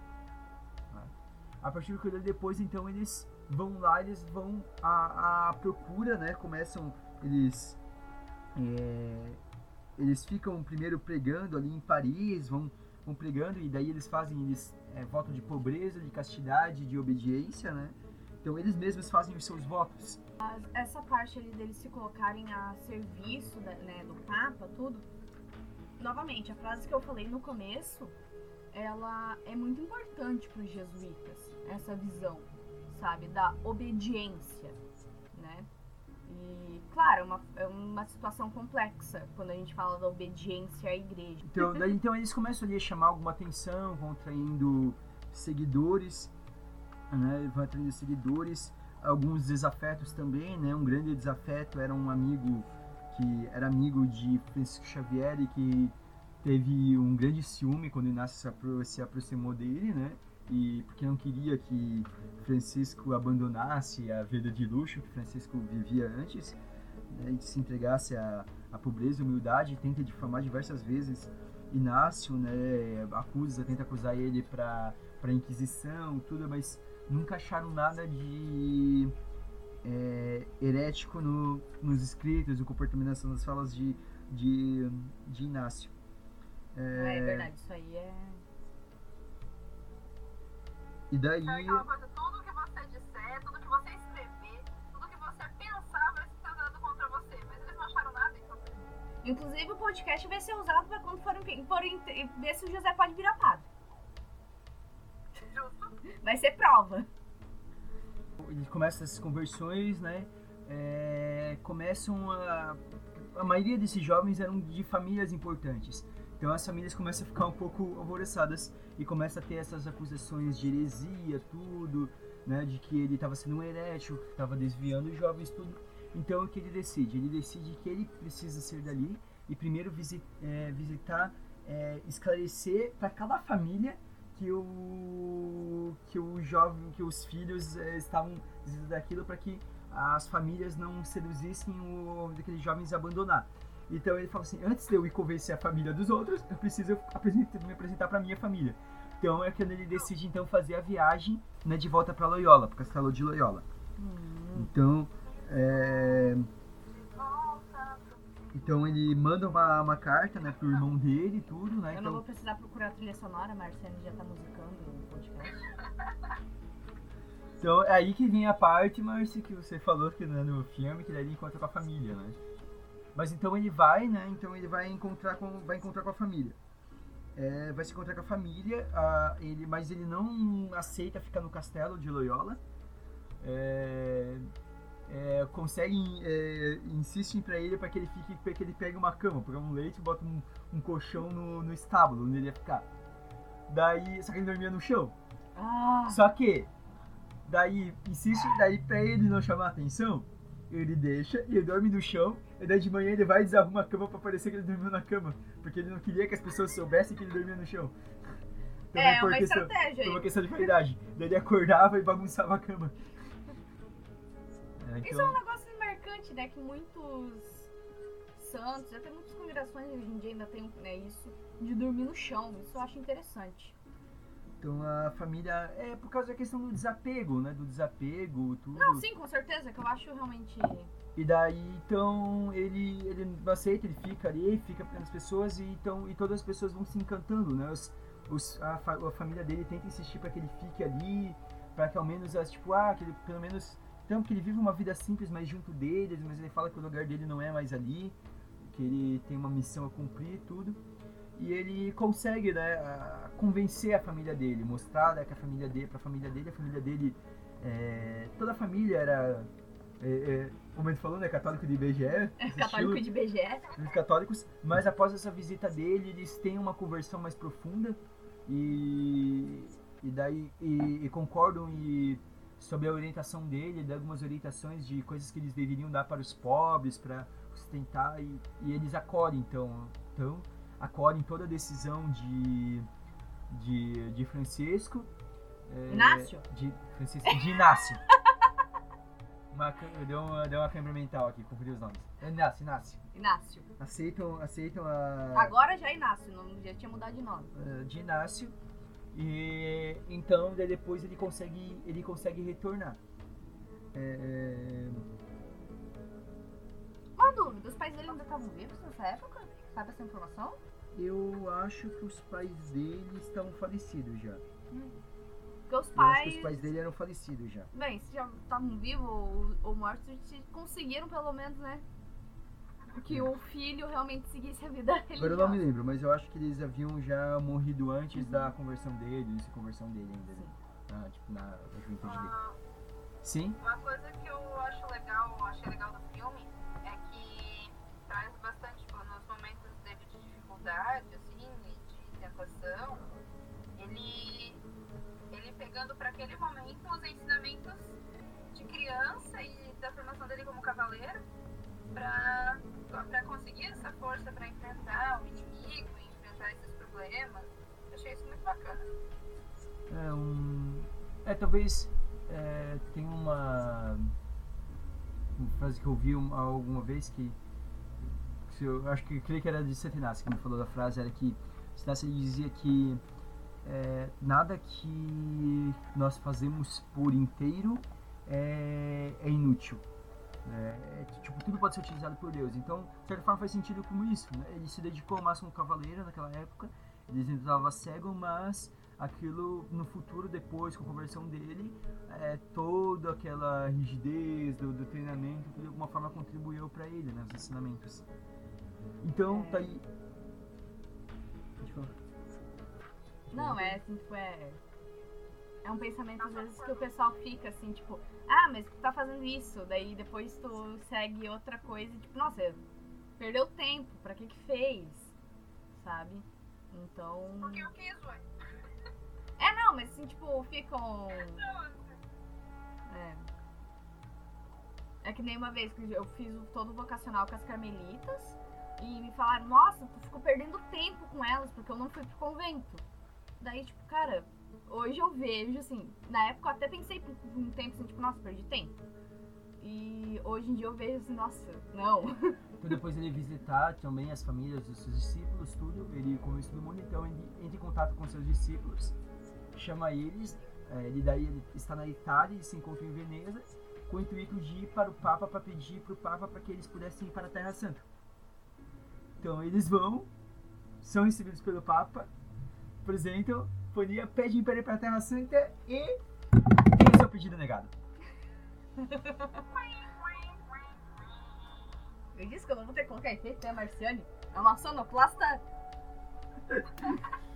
A partir do que depois, então, eles vão lá, eles vão à, à procura, né? Começam, eles é, eles ficam primeiro pregando ali em Paris, vão, vão pregando e daí eles fazem eles é, voto de pobreza, de castidade, de obediência, né? Então eles mesmos fazem os seus votos. Essa parte ali deles se colocarem a serviço, né, do Papa, tudo. Novamente, a frase que eu falei no começo, ela é muito importante para os jesuítas, essa visão, sabe, da obediência, né? E, claro, é uma, é uma situação complexa quando a gente fala da obediência à igreja. Então, daí, então eles começam ali a chamar alguma atenção, vão atraindo seguidores, né? Vão atraindo seguidores, alguns desafetos também, né? Um grande desafeto era um amigo que era amigo de Francisco Xavier e que teve um grande ciúme quando Inácio se, apro- se aproximou dele, né? E porque não queria que Francisco abandonasse a vida de luxo que Francisco vivia antes, né? E se entregasse à, à pobreza e humildade, tenta difamar diversas vezes Inácio, né? Acusa, tenta acusar ele para para Inquisição, tudo, mas nunca acharam nada de é, herético no, nos escritos, no comportamento das falas de, de, de Inácio. É, é verdade, isso aí é... E daí... É aquela coisa, tudo que você disser, tudo que você escrever, tudo que você pensar vai ser usado contra você. Mas eles não acharam nada, então... Inclusive o podcast vai ser usado para quando forem, forem ver se o José pode virar padre. Justo. Vai ser prova. Eles começam essas conversões, né? É, começam a... A maioria desses jovens eram de famílias importantes. Então as famílias começam a ficar um pouco alvoroçadas e começam a ter essas acusações de heresia, tudo, né? De que ele estava sendo um herético, que estava desviando os jovens, tudo. Então o que ele decide? Ele decide que ele precisa ser dali e primeiro visi- é, visitar, é, esclarecer para cada família que o que o jovem, que os filhos é, estavam dizendo daquilo para que as famílias não seduzissem o daqueles jovens a abandonar. Então ele fala assim, antes de eu ir convencer a família dos outros, eu preciso apresentar, me apresentar para minha família. Então é quando ele decide então fazer a viagem, né, de volta para Loyola, para o Castelo de Loyola. Hum. Então, é, Volta. então ele manda uma, uma carta, né, pro irmão dele e tudo, né? Eu Então, não vou precisar procurar a trilha sonora, a Marcene já tá musicando o podcast. então é aí que vem a parte, Márcia, que você falou que né, no filme, que daí ele encontra com a família, né? Mas então ele vai, né? Então ele vai encontrar com, vai encontrar com a família. é, vai se encontrar com a família, a, ele, mas ele não aceita ficar no castelo de Loyola. É, é, conseguem, é, insistem pra ele para que ele fique, para que ele pegue uma cama, pegue um leite e bota um, um colchão no, no estábulo onde ele ia ficar. Daí, só que ele dormia no chão. Ah. Só que, daí, insiste, daí pra ele não chamar a atenção, ele deixa e ele dorme no chão, e daí de manhã ele vai e desarruma a cama pra parecer que ele dormiu na cama, porque ele não queria que as pessoas soubessem que ele dormia no chão. Também É, por uma questão, estratégia por uma aí. questão de vaidade. Daí ele acordava e bagunçava a cama. É, Isso é então, um negócio marcante, né? Que muitos santos, até muitas congregações hoje em dia ainda tem, né, isso de dormir no chão. Isso eu acho interessante. então a família, é por causa da questão do desapego, né? Do desapego, tudo. Não, sim, com certeza, que eu acho realmente... E daí, então, ele, ele não aceita, ele fica ali, fica pelas pessoas, e, então, e todas as pessoas vão se encantando, né? Os, os, a, fa- a família dele tenta insistir para que ele fique ali, para que ao menos, as, tipo, ah, que ele, pelo menos, então, que ele vive uma vida simples, mas junto deles, mas ele fala que o lugar dele não é mais ali, que ele tem uma missão a cumprir e tudo. E ele consegue, né, a, convencer a família dele, mostrar, né, que a família dele, pra família dele, a família dele, é, toda a família era... É, é, como ele falou, né? Católico de I B G E. Católico de I B G E. Os católicos, mas após essa visita dele, eles têm uma conversão mais profunda e, e daí e, e concordam e, sobre a orientação dele, de algumas orientações de coisas que eles deveriam dar para os pobres, para sustentar, e, e eles acolhem, então, então acolhem toda a decisão de, de, de Francisco. É, Inácio? De, Francisco, de Inácio. Uma, deu, uma, deu uma câmera mental aqui, confundi os nomes. Inácio, Inácio. Inácio. Aceitam, aceitam a... Agora já é Inácio, não, já tinha mudado de nome. uh, de Inácio. E então daí depois ele consegue, ele consegue retornar. É... Uma dúvida, os pais dele ainda estavam vivos nessa época? Sabe essa informação? Eu acho que os pais dele estão falecidos já. Porque os Eu acho pais... que os pais dele eram falecidos já. Bem, se já estavam vivos ou, ou mortos, se conseguiram pelo menos, né? Que o filho realmente seguisse a vida religiosa. Agora eu não me lembro, mas eu acho que eles haviam já morrido antes uhum. da conversão dele, início da conversão dele ainda. Né? Ah, tipo, na, na juventude dele. Ah, Sim? Uma coisa que eu acho legal, achei legal do filme, é que traz bastante, tipo, nos momentos dele de dificuldade, assim, e de tentação, ele, ele pegando para aquele momento os ensinamentos de criança e da formação dele como cavaleiro, para para conseguir essa força para enfrentar o inimigo, enfrentar esses problemas. Eu achei isso muito bacana. É um... É, talvez é, tem uma... uma frase que eu ouvi uma, alguma vez que, que eu acho que creio que era de Santo Inácio que me falou da frase, era que Inácio dizia que é, nada que nós fazemos por inteiro é, é inútil. É, tipo, tudo pode ser utilizado por Deus. Então, de certa forma, faz sentido como isso, né? Ele se dedicou ao máximo como cavaleiro naquela época. Ele ainda estava cego, mas aquilo no futuro, depois, com a conversão dele, é, toda aquela rigidez do, do treinamento, que de alguma forma contribuiu para ele, né? Os ensinamentos. Então, tá aí. Pode falar. Não, é assim, tipo, é... É um pensamento, às vezes, que o pessoal fica assim, tipo, ah, mas tu tá fazendo isso, daí depois tu segue outra coisa e tipo, nossa, perdeu tempo, pra que que fez, sabe? Então... Porque eu quis, ué. É, não, mas assim, tipo, ficam... É. É que nem uma vez que eu fiz o todo vocacional com as carmelitas e me falaram, nossa, tu ficou perdendo tempo com elas porque eu não fui pro convento. Daí, tipo, cara... Hoje eu vejo, assim, na época eu até pensei por um tempo, assim, tipo, nossa, perdi tempo. E hoje em dia eu vejo assim, nossa, não. Então depois ele visitar também as famílias dos seus discípulos, tudo, ele conhece todo mundo, então ele entra em contato com seus discípulos, chama eles, ele daí ele está na Itália, ele se encontra em Veneza, com o intuito de ir para o Papa, para pedir para o Papa para que eles pudessem ir para a Terra Santa. Então eles vão, são recebidos pelo Papa, apresentam, pedem para ir para a Terra Santa e tem o seu pedido negado. Eu disse que eu não vou ter que colocar efeito, né, Marciane? É uma sonoplasta.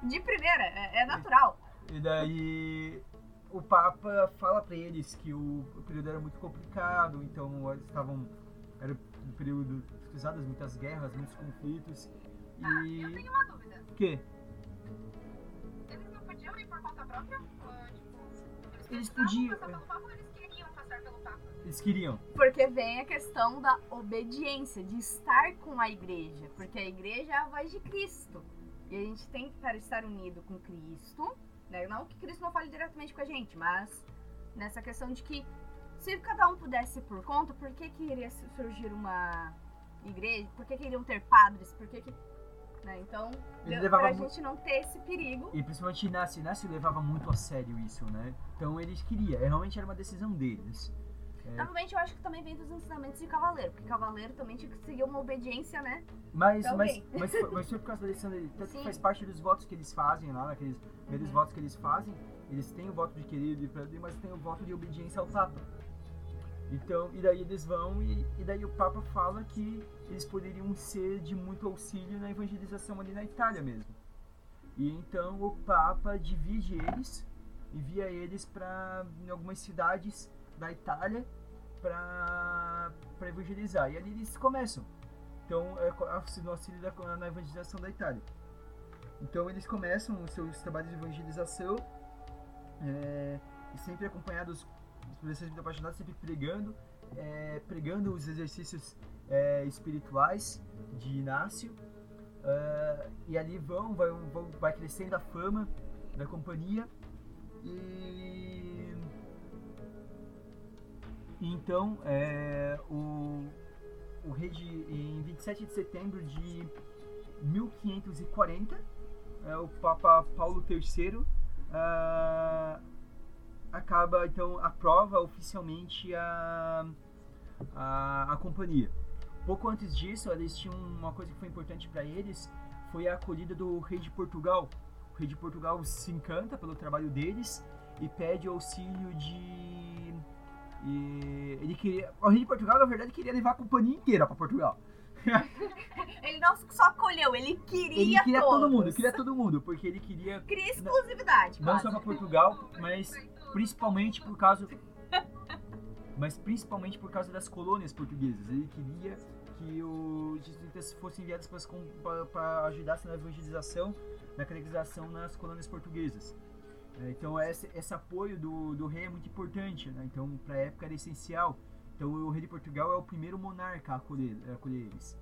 De primeira, é, é natural. E daí o Papa fala pra eles que o, o período era muito complicado, então eles estavam. Era um período cruzadas, muitas guerras, muitos conflitos. Ah, E. eu tenho uma dúvida. O quê? Eles não podiam ir por conta própria? Ou, tipo, Eles precisavam podiam. passar pelo Papa ou eles queriam passar pelo Papa? Eles queriam. Porque vem a questão da obediência, de estar com a igreja. Porque a igreja é a voz de Cristo. E a gente tem que para estar unido com Cristo, né? Não que Cristo não fale diretamente com a gente, mas nessa questão de que se cada um pudesse ir por conta, por que que iria surgir uma igreja? Por que que iriam ter padres? Por que que... Né? Então, Ele deu levava pra mu- gente não ter esse perigo. E principalmente Inácio, Inácio levava muito a sério isso, né? Então eles queriam, realmente era uma decisão deles. Normalmente eu acho que também vem dos ensinamentos de cavaleiro, porque cavaleiro também tinha que seguir uma obediência, né? Mas, mas, Também. mas, foi, mas foi por causa da decisão dele. Tanto que Sim. faz parte dos votos que eles fazem lá, naqueles primeiros Uhum. votos que eles fazem. Eles têm o voto de querer ir pra Deus, mas têm o voto de obediência ao Papa. Então, e daí eles vão e, e daí o Papa fala que eles poderiam ser de muito auxílio na evangelização ali na Itália mesmo. E então o Papa divide eles, envia eles para algumas cidades da Itália para evangelizar. E ali eles começam. Então, é no auxílio da, na evangelização da Itália. Então, eles começam os seus trabalhos de evangelização, é, e sempre acompanhados por pessoas muito apaixonadas, sempre pregando, é, pregando os exercícios é, espirituais de Inácio. É, e ali vão, vai, vão, vai crescendo a fama da companhia. E então, é, o, o rei de, em vinte e sete de setembro de mil quinhentos e quarenta, é, o Papa Paulo terceiro ah, acaba, então, aprova oficialmente a, a, a companhia. Pouco antes disso, eles tinham uma coisa que foi importante para eles, foi a acolhida do rei de Portugal. O rei de Portugal se encanta pelo trabalho deles e pede auxílio de... E ele queria, o rei de Portugal, na verdade, queria levar a companhia inteira para Portugal. Ele não só acolheu, ele queria Ele queria todos. todo mundo, ele queria todo mundo, porque ele queria Queria exclusividade, não quase. só para Portugal, mas principalmente por causa mas principalmente por causa das colônias portuguesas. Ele queria que os jesuítas fossem enviados para ajudassem na evangelização, na catequização nas colônias portuguesas. Então esse, esse apoio do, do rei é muito importante, né? Então para a época era essencial. Então o rei de Portugal é o primeiro monarca a acolher, a acolher eles.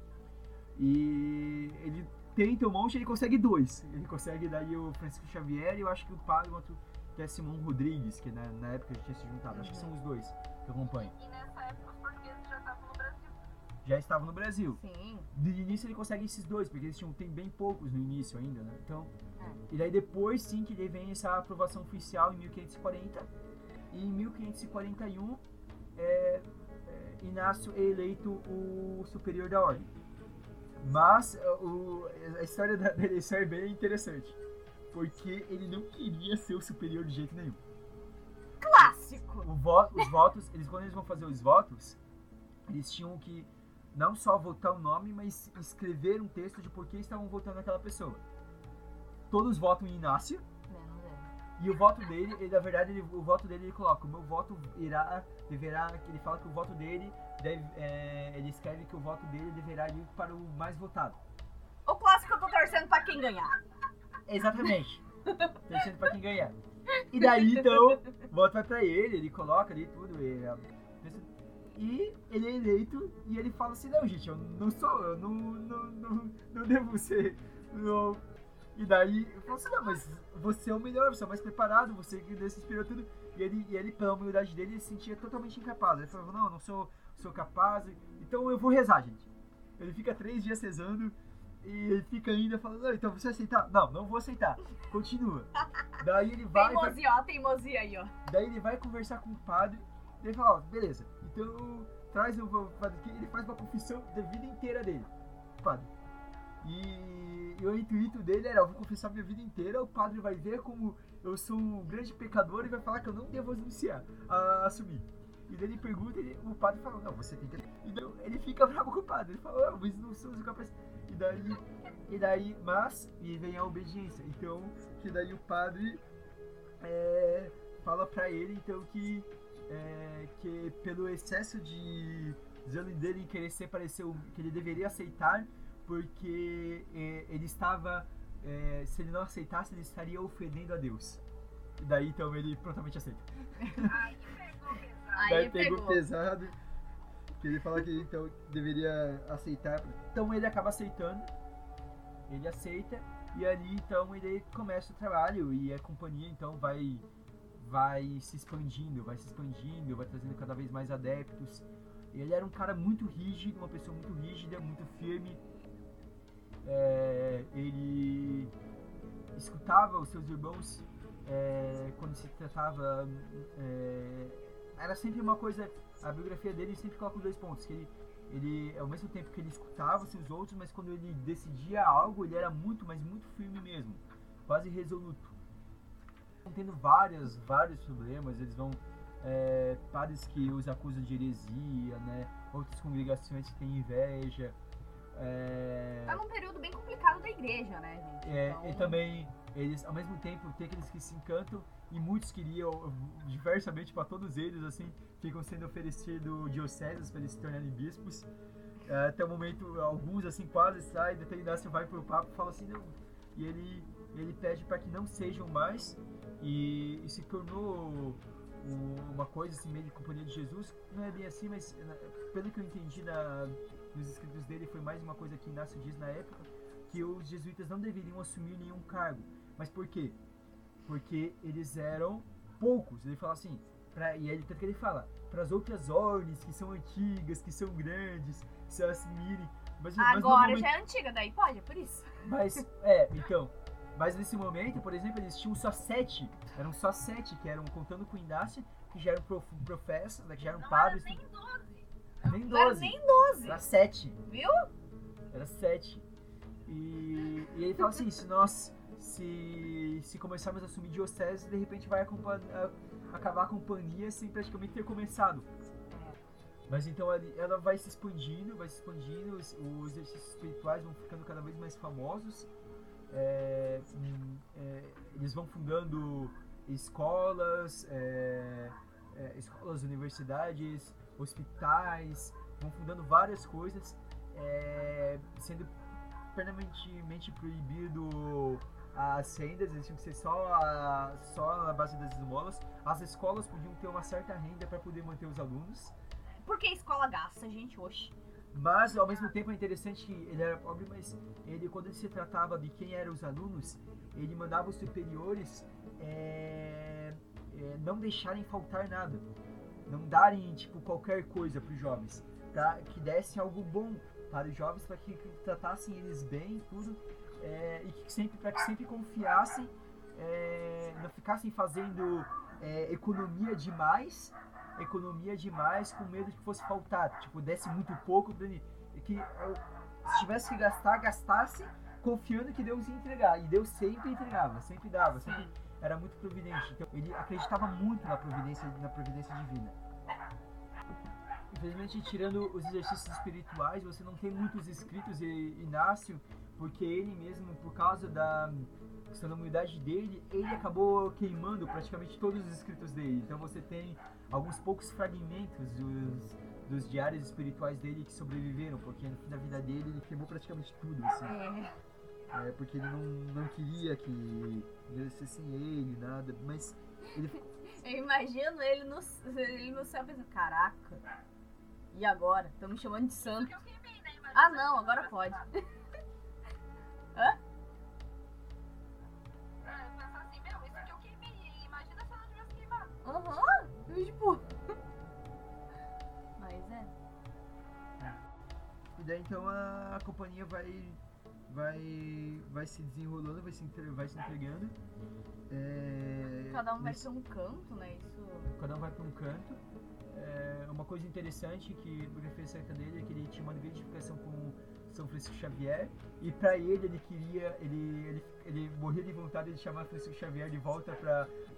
E ele tenta um monte, ele consegue dois. Ele consegue daí o Francisco Xavier e eu acho que o padre, o outro que é Simão Rodrigues, que na, na época já tinha se juntado. Uhum. Acho que são os dois que acompanham. E nessa época os portugueses já estavam no Brasil. Já estavam no Brasil. Sim. De início ele consegue esses dois, porque eles tinham, tem bem poucos no início ainda, né? Então, É. e daí depois sim que vem essa aprovação oficial em mil quinhentos e quarenta. E em mil quinhentos e quarenta e um, é, é, Inácio é eleito o superior da ordem. Mas o, a história da da eleição é bem interessante, porque ele não queria ser o superior de jeito nenhum. Clássico. O vo, os votos, eles, quando eles vão fazer os votos, eles tinham que não só votar o nome, mas escrever um texto de por que estavam votando aquela pessoa. Todos votam em Inácio, Menos ele. e o voto dele, ele, na verdade, ele, o voto dele ele coloca, o meu voto irá, deverá, ele fala que o voto dele, deve, é, ele escreve que o voto dele deverá ir para o mais votado. O clássico eu tô torcendo pra quem ganhar. Exatamente. Torcendo pra quem ganhar. E daí, então, o voto vai pra ele, ele coloca ali tudo, e, e ele é eleito, e ele fala assim, não, gente, eu não sou, eu não, não, não, não devo ser, não. E daí, eu falo assim, não, mas você é o melhor, você é o mais preparado, você que se inspirou tudo. E ele, e ele, pela humildade dele, ele se sentia totalmente incapaz. Ele falou, não, eu não sou, sou capaz, então eu vou rezar, gente. Ele fica três dias rezando, e ele fica ainda falando, não, então você aceitar? Não, não vou aceitar. Continua. Daí ele vai, vai Teimosia, ó, teimosia aí, ó. daí ele vai conversar com o padre, e ele fala, ó, beleza, então traz o padre aqui, ele faz uma confissão da vida inteira dele, o padre. E, e o intuito dele era, eu vou confessar minha vida inteira, o padre vai ver como eu sou um grande pecador e vai falar que eu não devo anunciar, a, assumir. E daí ele pergunta, ele, o padre fala, não, você tem que... E daí ele fica preocupado, ele fala, não, mas não sou os capazes. E daí, e daí, mas, e vem a obediência. Então, que daí o padre é, fala pra ele, então, que, é, que pelo excesso de zelo dele em querer se parecer, que ele deveria aceitar, porque é, ele estava, é, se ele não aceitasse, ele estaria ofendendo a Deus. E daí, então, ele prontamente aceita. Aí pegou pesado. Aí Daí pegou, pegou. pesado, que ele fala que então deveria aceitar. Então ele acaba aceitando, ele aceita, e ali então ele começa o trabalho, e a companhia então vai, vai se expandindo, vai se expandindo, vai trazendo cada vez mais adeptos. Ele era um cara muito rígido, uma pessoa muito rígida, muito firme. É, ele escutava os seus irmãos é, quando se tratava, é, era sempre uma coisa, a biografia dele sempre coloca os dois pontos, que ele, ele, ao mesmo tempo que ele escutava os seus outros, mas quando ele decidia algo, ele era muito, mas muito firme mesmo, quase resoluto. Estão tendo várias, vários problemas, eles vão, é, padres que os acusam de heresia, né, outras congregações que têm inveja. É... Tá num período bem complicado da igreja, né, gente? É, Então, e também, eles, ao mesmo tempo, tem aqueles que se encantam e muitos queriam, diversamente para todos eles, assim, ficam sendo oferecidos dioceses para eles se tornarem bispos. É, até o momento, alguns, assim, quase saem, até Inácio vai pro Papa e fala assim, não. E ele, ele pede para que não sejam mais, e, e se tornou uma coisa, assim, meio de companhia de Jesus. Não é bem assim, mas pelo que eu entendi da... nos escritos dele, foi mais uma coisa que Inácio diz na época, que os jesuítas não deveriam assumir nenhum cargo. Mas por quê? Porque eles eram poucos. Ele fala assim, pra, e aí tanto que ele fala, para as outras ordens que são antigas, que são grandes, se assimilem. Mas, mas agora momento, já é antiga, daí pode, é por isso. Mas, é, então, mas nesse momento, por exemplo, eles tinham só sete, eram só sete, que eram, contando com Inácio, que já eram prof, professas, né, que já eram Não padres. era nem doze. Nem Não era doze. nem doze, Era sete. viu? Era sete. E, e ele fala assim, se nós se, se começarmos a assumir diocese, de repente vai acompa- a- acabar a companhia sem praticamente ter começado. Mas então ali, ela vai se expandindo, vai se expandindo, os, os exercícios espirituais vão ficando cada vez mais famosos. É, hum, é, eles vão fundando escolas, é, é, escolas, universidades, hospitais, vão fundando várias coisas, é, sendo permanentemente proibido as rendas, eles tinham que ser só, a, só na base das esmolas. As escolas podiam ter uma certa renda para poder manter os alunos, Porque a escola gasta, gente, hoje. mas ao mesmo tempo é interessante que ele era pobre, mas ele, quando ele se tratava de quem eram os alunos, ele mandava os superiores é, é, não deixarem faltar nada, não darem tipo qualquer coisa para os jovens, pra que dessem algo bom para os jovens, para que, que tratassem eles bem e tudo, é, e que sempre, para que sempre confiassem, é, não ficassem fazendo é, economia demais, economia demais com medo de que fosse faltar, tipo, desse muito pouco, pra ele, que eu, se tivesse que gastar, gastasse confiando que Deus ia entregar, e Deus sempre entregava, sempre dava, sempre era muito providente. Então ele acreditava muito na providência, na providência divina. Infelizmente, tirando os exercícios espirituais, você não tem muitos escritos de Inácio, porque ele mesmo, por causa da questão da humildade dele, ele acabou queimando praticamente todos os escritos dele. Então você tem alguns poucos fragmentos dos, dos diários espirituais dele que sobreviveram, porque no fim da vida dele ele queimou praticamente tudo, assim. É. É, porque ele não, não queria que envelhecessem ele, nada, mas ele... Eu imagino ele no, ele no céu pensando, caraca, e agora? Estão me chamando de santo. Que eu queimei, né? Imagina Ah, se não, eu agora tivesse- pode. É, eu penso assim, meu, isso que eu queimei. Imagina se eu não tivesse queimado. Aham, eu, tipo... Mas é. E daí então a, a companhia vai, vai, vai se desenrolando, vai se, entre- vai se entregando. É, Cada um vai nesse- pra um canto, né? Isso... cada um vai para um canto. É, uma coisa interessante que eu fez acerca dele é que ele tinha uma identificação com São Francisco Xavier, e para ele ele queria, ele, ele, ele morria de vontade de chamar Francisco Xavier de volta para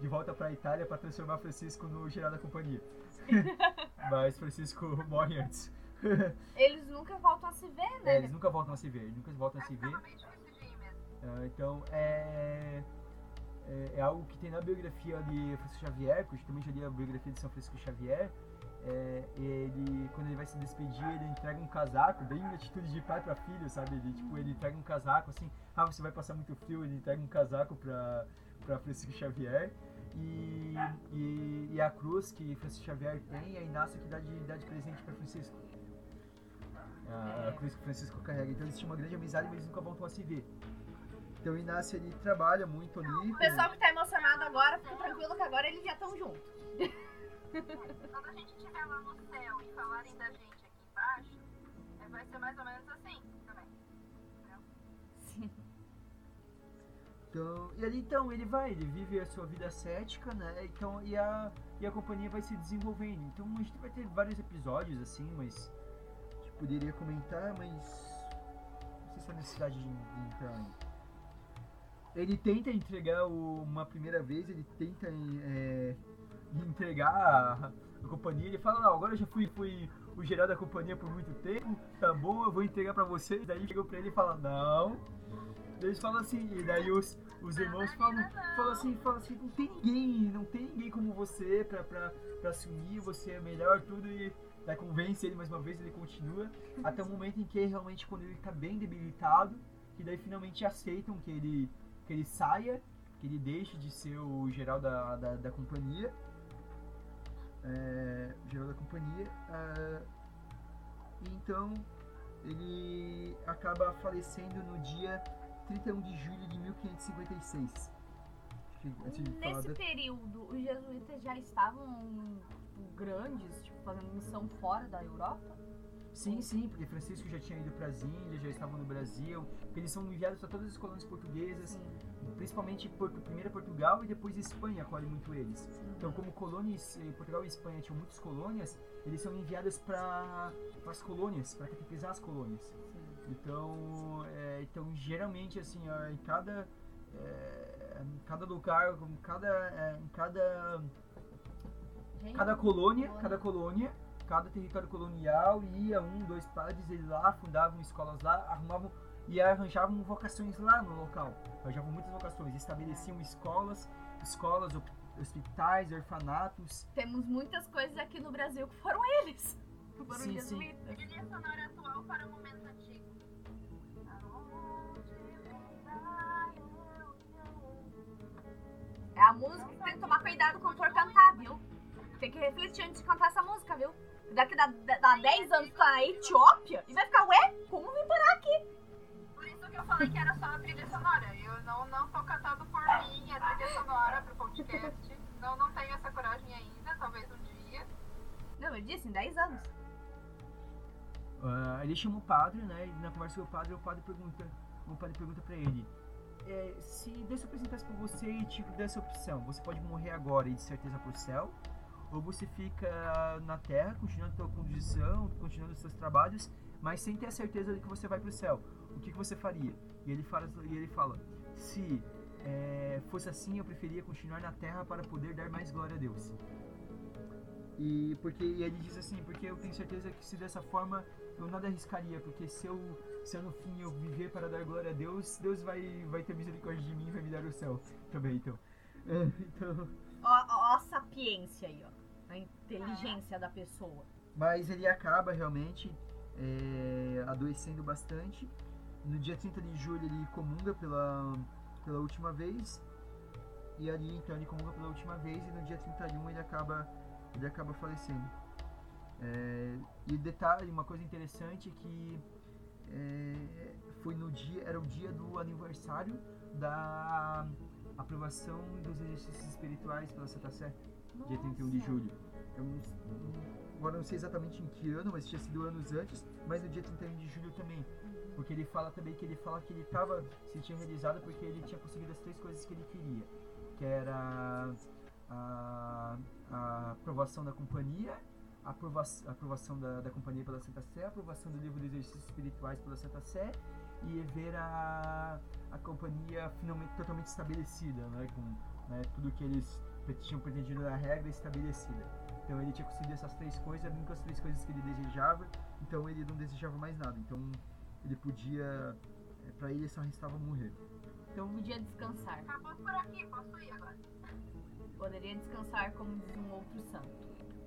de volta pra Itália pra transformar Francisco no geral da companhia. Mas Francisco morre antes. Eles nunca voltam a se ver, né? É, eles nunca voltam a se ver, nunca voltam a se ver. Tava meio difícil de ir mesmo. Ah, então, é, é, é algo que tem na biografia de Francisco Xavier, porque eu também já li a biografia de São Francisco Xavier. É, ele, quando ele vai se despedir, ele entrega um casaco, bem em atitude de pai pra filho, sabe? Ele, tipo, ele entrega um casaco, assim, ah, você vai passar muito frio, ele entrega um casaco pra, pra Francisco Xavier. E, e, e a cruz que Francisco Xavier tem, é Inácio que dá de, dá de presente pra Francisco. A, a cruz que Francisco carrega. Então eles tinham uma grande amizade, mas eles nunca voltam a se ver. Então o Inácio, ele trabalha muito ali. O pessoal que tá emocionado agora, fica tranquilo que agora eles já estão juntos. Quando a gente estiver lá no céu e falarem da gente aqui embaixo, é, vai ser mais ou menos assim também. Entendeu? Sim. Então, e ali então ele vai, ele vive a sua vida cética, né? Então, e a, e a companhia vai se desenvolvendo. Então a gente vai ter vários episódios assim, mas a gente poderia comentar, mas não sei se há necessidade de, de entrar ainda. Ele tenta entregar o, uma primeira vez, ele tenta é, entregar a, a companhia, ele fala, não, agora eu já fui, fui o geral da companhia por muito tempo, tá bom, eu vou entregar pra vocês. Daí chegou pra ele e fala, não. Eles falam assim, e daí os, os irmãos falam, falam assim, falam assim, não tem ninguém, não tem ninguém como você pra, pra, pra assumir, você é melhor, tudo, e daí convence ele mais uma vez, ele continua, até o momento em que realmente quando ele tá bem debilitado, que daí finalmente aceitam que ele, que ele saia, que ele deixe de ser o geral da, da, da companhia, é, geral da companhia, é, e então ele acaba falecendo no dia trinta e um de julho de mil quinhentos e cinquenta e seis. Antes de falar Nesse da... período, os jesuítas já estavam tipo, grandes, tipo, fazendo missão fora da Europa? Sim, sim, porque Francisco já tinha ido para as Índias, já estavam no Brasil, porque eles são enviados para todas as colônias portuguesas, Sim. principalmente Porto, primeiro Portugal e depois Espanha acolhe muito eles. Sim. Então, como colônias, Portugal e Espanha tinham muitas colônias, eles são enviados para as colônias, para catequizar as colônias. Sim. Então, é, então geralmente assim, ó, em cada é, em cada lugar, em cada é, em cada Gente, cada colônia, colônia. cada colônia, cada território colonial ia um, dois padres eles lá fundavam escolas lá, arrumavam e arranjavam vocações lá no local. Arranjavam muitas vocações, estabeleciam escolas, escolas, hospitais, orfanatos. Temos muitas coisas aqui no Brasil que foram eles. Que foram Sim, jesuítas. Trilha sonora atual para o momento antigo. É a música que tem que tomar cuidado quando for cantar, viu? Tem que refletir antes de cantar essa música, viu? Daqui a dá dez anos tu tá na Etiópia e vai ficar, ué, como vim parar aqui? Por isso que eu falei que era só a trilha sonora. Eu não, não tô cantando por mim a trilha sonora pro podcast. Não, não tenho essa coragem ainda, talvez um dia. Não, eu disse, em dez anos. Uh, ele chama o padre, né? E na conversa com o padre, o padre pergunta, o padre pergunta pra ele: é, se Deus se apresentasse pra você e te desse a opção, você pode morrer agora e de certeza pro céu, ou você fica na terra, continuando a sua condição, continuando os seus trabalhos, mas sem ter a certeza de que você vai pro céu. O que, que você faria? E ele fala, e ele fala se é, fosse assim, eu preferia continuar na terra para poder dar mais glória a Deus. E, porque, e ele diz assim, porque eu tenho certeza que se dessa forma eu nada arriscaria, porque se eu, se eu no fim eu viver para dar glória a Deus, Deus vai, vai ter misericórdia de mim e vai me dar o céu também, então. então Ó, ó a sapiência aí, ó. A inteligência da pessoa. Mas ele acaba realmente é, adoecendo bastante. No dia trinta de julho ele comunga pela, pela última vez. E ali então ele comunga pela última vez e no dia trinta e um ele acaba, ele acaba falecendo. É, e detalhe, uma coisa interessante é que é, foi no dia, era o dia do aniversário da aprovação dos exercícios espirituais pela Santa Sé. Dia trinta e um de julho. Eu não, agora não sei exatamente em que ano, mas tinha sido anos antes, mas no dia trinta e um de julho também. Porque ele fala também que ele fala que ele estava se tinha realizado porque ele tinha conseguido as três coisas que ele queria. Que era a, a aprovação da companhia, a aprovação, a aprovação da, da companhia pela Santa Sé, a aprovação do livro de exercícios espirituais pela Santa Sé e ver a, a companhia finalmente totalmente estabelecida, né, com né, tudo que eles tinham pretendido na regra estabelecida. Então ele tinha conseguido essas três coisas, as únicas três coisas que ele desejava, então ele não desejava mais nada. Então ele podia, pra ele só restava morrer. Então podia descansar. Acabou por aqui, posso ir agora. Poderia descansar como diz um outro santo.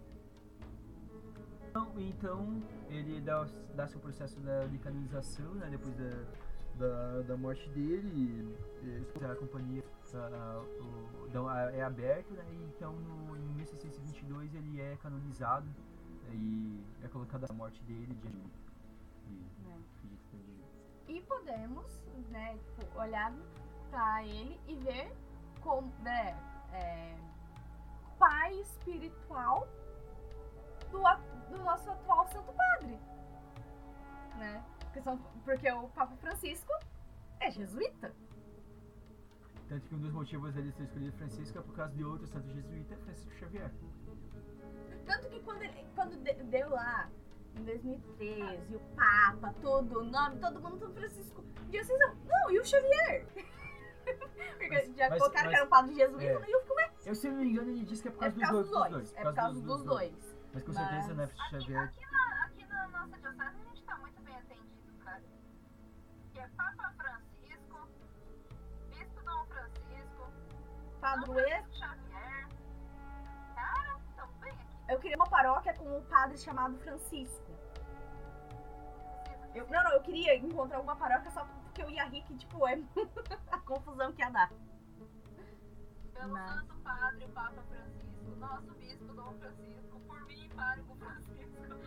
Então, então ele dá, dá seu processo da, de canonização, né, depois da, da, da morte dele, e, a companhia a, o, então, a, é aberto, né, e então no, em mil seiscentos e vinte e dois ele é canonizado, né, e é colocada a morte dele de, de, É. de, E podemos, né, tipo, olhar pra ele e ver como, né, é, pai espiritual do, a- do nosso atual Santo Padre, né? Porque, são, porque o Papa Francisco é jesuíta. Tanto que um dos motivos dele ter escolhido Francisco é por causa de outro santo jesuíta, Francisco Xavier. Tanto que quando, ele, quando de- deu lá, em dois mil e treze, o Papa, tudo, o nome, todo mundo, São Francisco de Assis, não, não, e o Xavier? Porque Mas- já mas- colocaram mas- que era um padre jesuíta, é. e eu fico, ué, Eu, se não me engano, ele disse que é por é causa, por causa dos, dos dois, dois, por é por causa dos dois. Mas com Mas- certeza, né, Aqui, Xavier. aqui, na, aqui na nossa diocese a gente tá muito bem atendido, cara. Que é Papa Francisco, Bispo Dom Francisco, Dom Padroeiro. Francisco Xavier. Cara, tamo bem aqui. Eu queria uma paróquia com um padre chamado Francisco. Eu, não, não, eu queria encontrar alguma paróquia só porque eu ia rir que, tipo, é a confusão que ia dar. Pelo Mas- Santo Padre, Papa Francisco, nosso Bispo Dom Francisco, por mim, Pároco Francisco.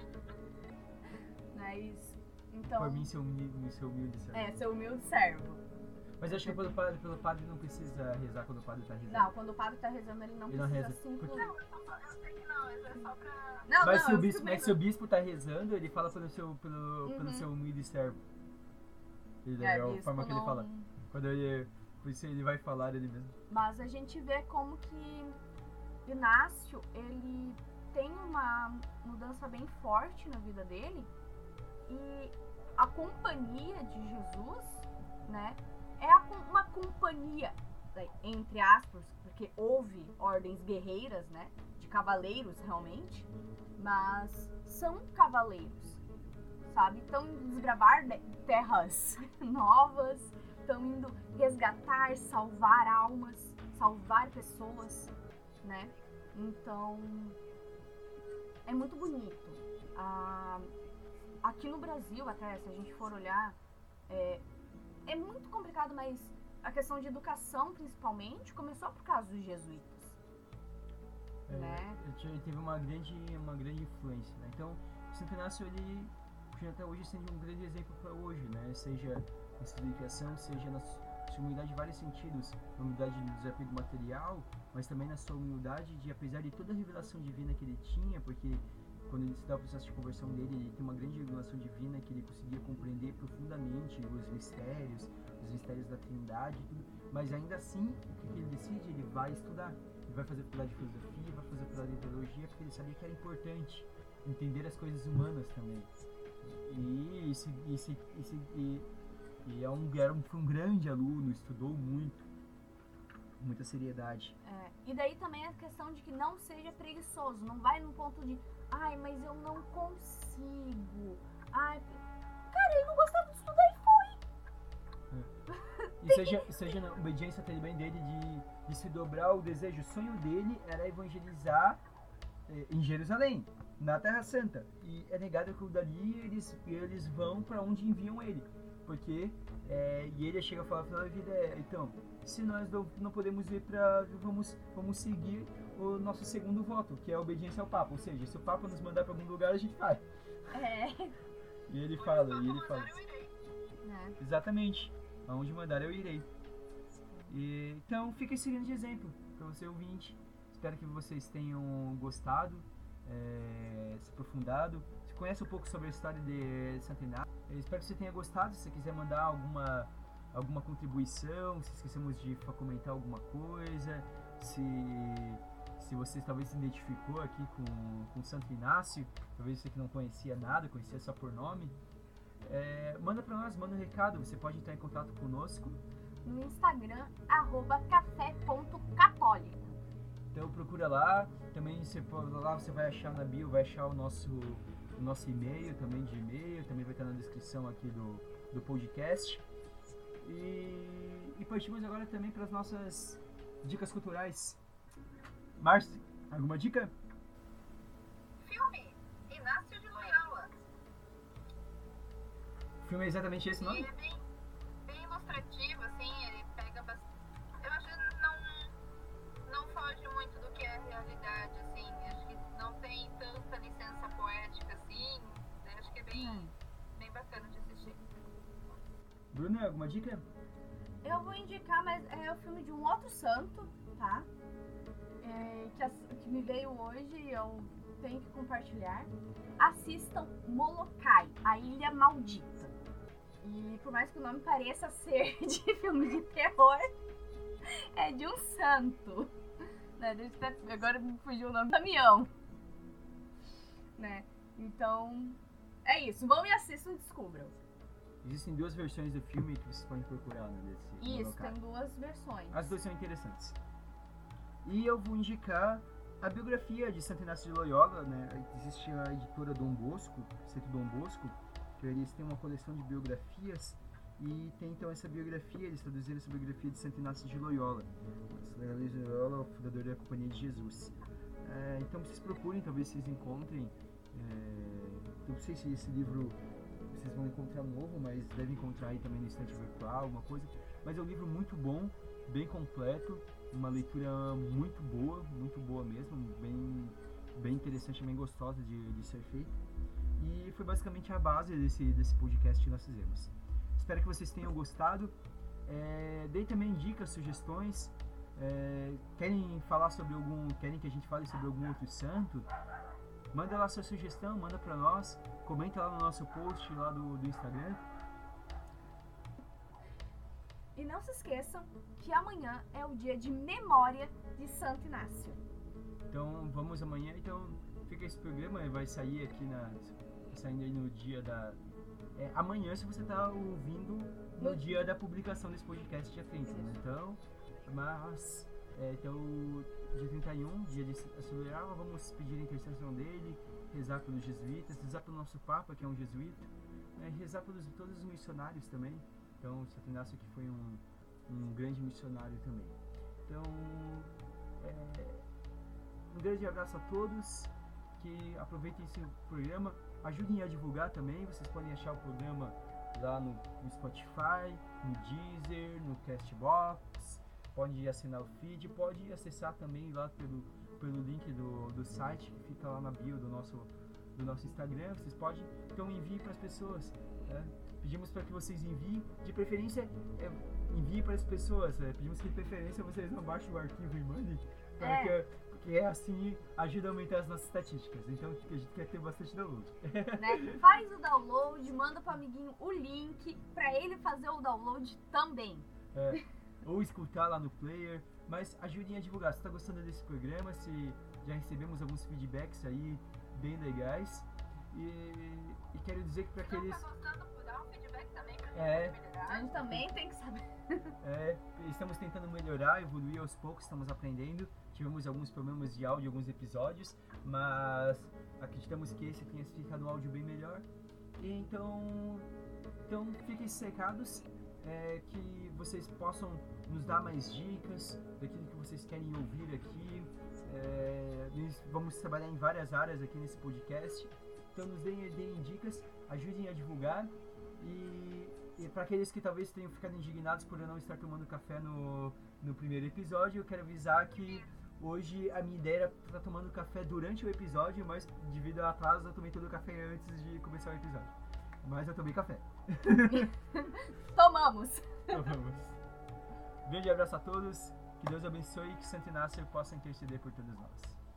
Mas, então, Por mim, seu humilde, seu humilde servo. é, seu humilde servo. Mas acho que pelo padre, pelo padre não precisa rezar quando o padre tá rezando. Não, quando o padre tá rezando, ele não Ele não precisa reza, simplesmente. porque- Não, eu, tô, só- eu sei que não, isso é só pra. Não, mas, não, se o eu bispo, fico mas se o mesmo- bispo tá rezando, ele fala pelo seu, pelo, pelo Uhum. seu humilde servo. Ele, É, é a bispo forma que ele não- fala. Quando ele, por isso ele vai falar ele mesmo. Mas a gente vê como que Inácio, ele tem uma mudança bem forte na vida dele e a companhia de Jesus, né, é a com- uma companhia, né, entre aspas, porque houve ordens guerreiras, né, de cavaleiros realmente, mas são cavaleiros, sabe? Estão indo desbravar né, terras novas, estão indo resgatar, salvar almas, salvar pessoas, né? Então, é muito bonito. Ah, aqui no Brasil, até, se a gente for olhar, é, é muito complicado, mas a questão de educação, principalmente, começou por causa dos jesuítas. É, Né? ele tinha- ele teve uma grande, uma grande influência, né? Então, o Santo Inácio, ele continua até hoje sendo um grande exemplo para hoje, né? Seja na sua dedicação, seja na su- sua humildade em vários sentidos. Na humildade do desapego material, mas também na sua humildade de, apesar de toda a revelação divina que ele tinha, porque quando ele se dá o processo de conversão dele, ele tem uma grande revelação divina que ele conseguia compreender profundamente os mistérios, os mistérios da Trindade e tudo. Mas ainda assim, o que que ele decide? Ele vai estudar. Ele vai fazer faculdade de filosofia, vai fazer faculdade de teologia, porque ele sabia que era importante entender as coisas humanas também. E, esse, esse, esse, e, e é um, era um, foi um grande aluno, estudou muito, com muita seriedade. É, e daí também a questão de que não seja preguiçoso, não vai no ponto de, ai, mas eu não consigo. Ai, cara, ele não gostava de estudar e E seja, seja na obediência também dele de, de se dobrar o desejo, o sonho dele era evangelizar eh, em Jerusalém, na Terra Santa. E é negado que dali eles, eles vão para onde enviam ele. Porque, eh, e ele chega a falar para a vida, é, então, se nós não, não podemos ir para, vamos, vamos seguir o nosso segundo voto, que é a obediência ao Papa. Ou seja, se o Papa nos mandar para algum lugar, a gente vai. É. E ele fala, e ele fala. Eu irei. Né? Exatamente. Aonde mandar eu irei. E, então fica esse grande exemplo para você ouvinte. Espero que vocês tenham gostado, é, se aprofundado. Se conhece um pouco sobre a história de Santo Inácio. Eu espero que você tenha gostado. Se você quiser mandar alguma, alguma contribuição, se esquecemos de comentar alguma coisa, se, se você talvez se identificou aqui com, com Santo Inácio, talvez você que não conhecia nada, conhecia só por nome. É, manda pra nós, manda um recado, você pode entrar em contato conosco. No Instagram, arroba café ponto católico. Então procura lá, também você, lá você vai achar na bio, vai achar o nosso, o nosso e-mail também de e-mail, também vai estar na descrição aqui do, do podcast. E, e partimos agora também para as nossas dicas culturais. Márcio, alguma dica? Filme Inácio de Loyola. O filme é exatamente esse E nome? é bem, bem ilustrativo, assim, ele pega bastante. Eu acho que não, não foge muito do que é a realidade, assim. Acho que não tem tanta licença poética assim. Eu acho que é bem, bem bacana de assistir. Bruna, alguma dica? Eu vou indicar, mas é o filme de um outro santo, tá? É, que, as- que me veio hoje e eu tenho que compartilhar. Assistam Molokai, a Ilha Maldita. E por mais que o nome pareça ser de filme de terror, é de um santo. Né? Deixa eu até- Agora me fugiu o nome do caminhão. Né? Então, é isso. Vão e assistam e descubram. Existem duas versões do filme que vocês podem procurar, né, desse Isso, local. tem duas versões. As duas são interessantes. E eu vou indicar a biografia de Santo Inácio de Loyola, né? Existe a editora Dom Bosco, Centro Dom Bosco, que eles têm uma coleção de biografias e tem então essa biografia, eles traduziram essa biografia de Santo Inácio de Loyola. Santo Inácio de Loyola, o fundador da Companhia de Jesus. É, então vocês procurem, talvez vocês encontrem. É, eu não sei se esse livro vocês vão encontrar novo, mas devem encontrar aí também no estante virtual, alguma coisa. Mas é um livro muito bom, bem completo, uma leitura muito boa, muito boa mesmo, bem, bem interessante, bem gostosa de, de ser feita. E foi basicamente a base desse, desse podcast que nós fizemos. Espero que vocês tenham gostado. É, deem também dicas, sugestões. É, querem falar sobre algum, querem que a gente fale sobre algum outro santo? Manda lá sua sugestão, manda pra nós, comenta lá no nosso post lá do, do Instagram. E não se esqueçam que amanhã é o dia de memória de Santo Inácio. Então vamos amanhã, então fica esse programa, vai sair aqui na, saindo aí no dia da, é, amanhã se você tá ouvindo no dia da publicação desse podcast dia trinta, né? Então, mas, é, então dia trinta e um, dia de acelerar, vamos pedir a intercessão dele, rezar pelos jesuítas, rezar pelo nosso Papa, que é um jesuíta, né? Rezar pelos todos os missionários também. Então, Santo Inácio aqui foi um, um grande missionário também. Então, é, um grande abraço a todos, que aproveitem esse programa, ajudem a divulgar também. Vocês podem achar o programa lá no, no Spotify, no Deezer, no Castbox, pode assinar o feed, pode acessar também lá pelo, pelo link do, do site que fica lá na bio do nosso, do nosso Instagram. Vocês podem, então envie para as pessoas, né? Pedimos para que vocês enviem, de preferência é, enviem para as pessoas, né? Pedimos que de preferência vocês não baixem o arquivo e mandem, porque, É. porque assim ajuda a aumentar as nossas estatísticas, então a gente quer ter bastante download. Né? Faz o download, manda pro amiguinho o link pra ele fazer o download também. É, ou escutar lá no player, mas ajudem a divulgar. Se está gostando desse programa, se já recebemos alguns feedbacks aí bem legais, e, e quero dizer que para Se não aqueles... tá gostando, dá um feedback também pra gente É. melhorar. A gente também tem que saber. É, estamos tentando melhorar, evoluir aos poucos, estamos aprendendo. Tivemos alguns problemas de áudio em alguns episódios, mas acreditamos que esse tenha ficado um áudio bem melhor. E então, então fiquem secados, é, que vocês possam nos dar mais dicas daquilo que vocês querem ouvir aqui. É, nós vamos trabalhar em várias áreas aqui nesse podcast. Então nos deem, deem dicas, ajudem a divulgar. E, e para aqueles que talvez tenham ficado indignados por eu não estar tomando café no, no primeiro episódio, eu quero avisar que hoje a minha ideia era estar tomando café durante o episódio, mas devido ao atraso eu tomei todo o café antes de começar o episódio. Mas eu tomei café. Tomamos! Então vamos. Grande abraço a todos, que Deus abençoe e que Santo Inácio possa interceder por todos nós.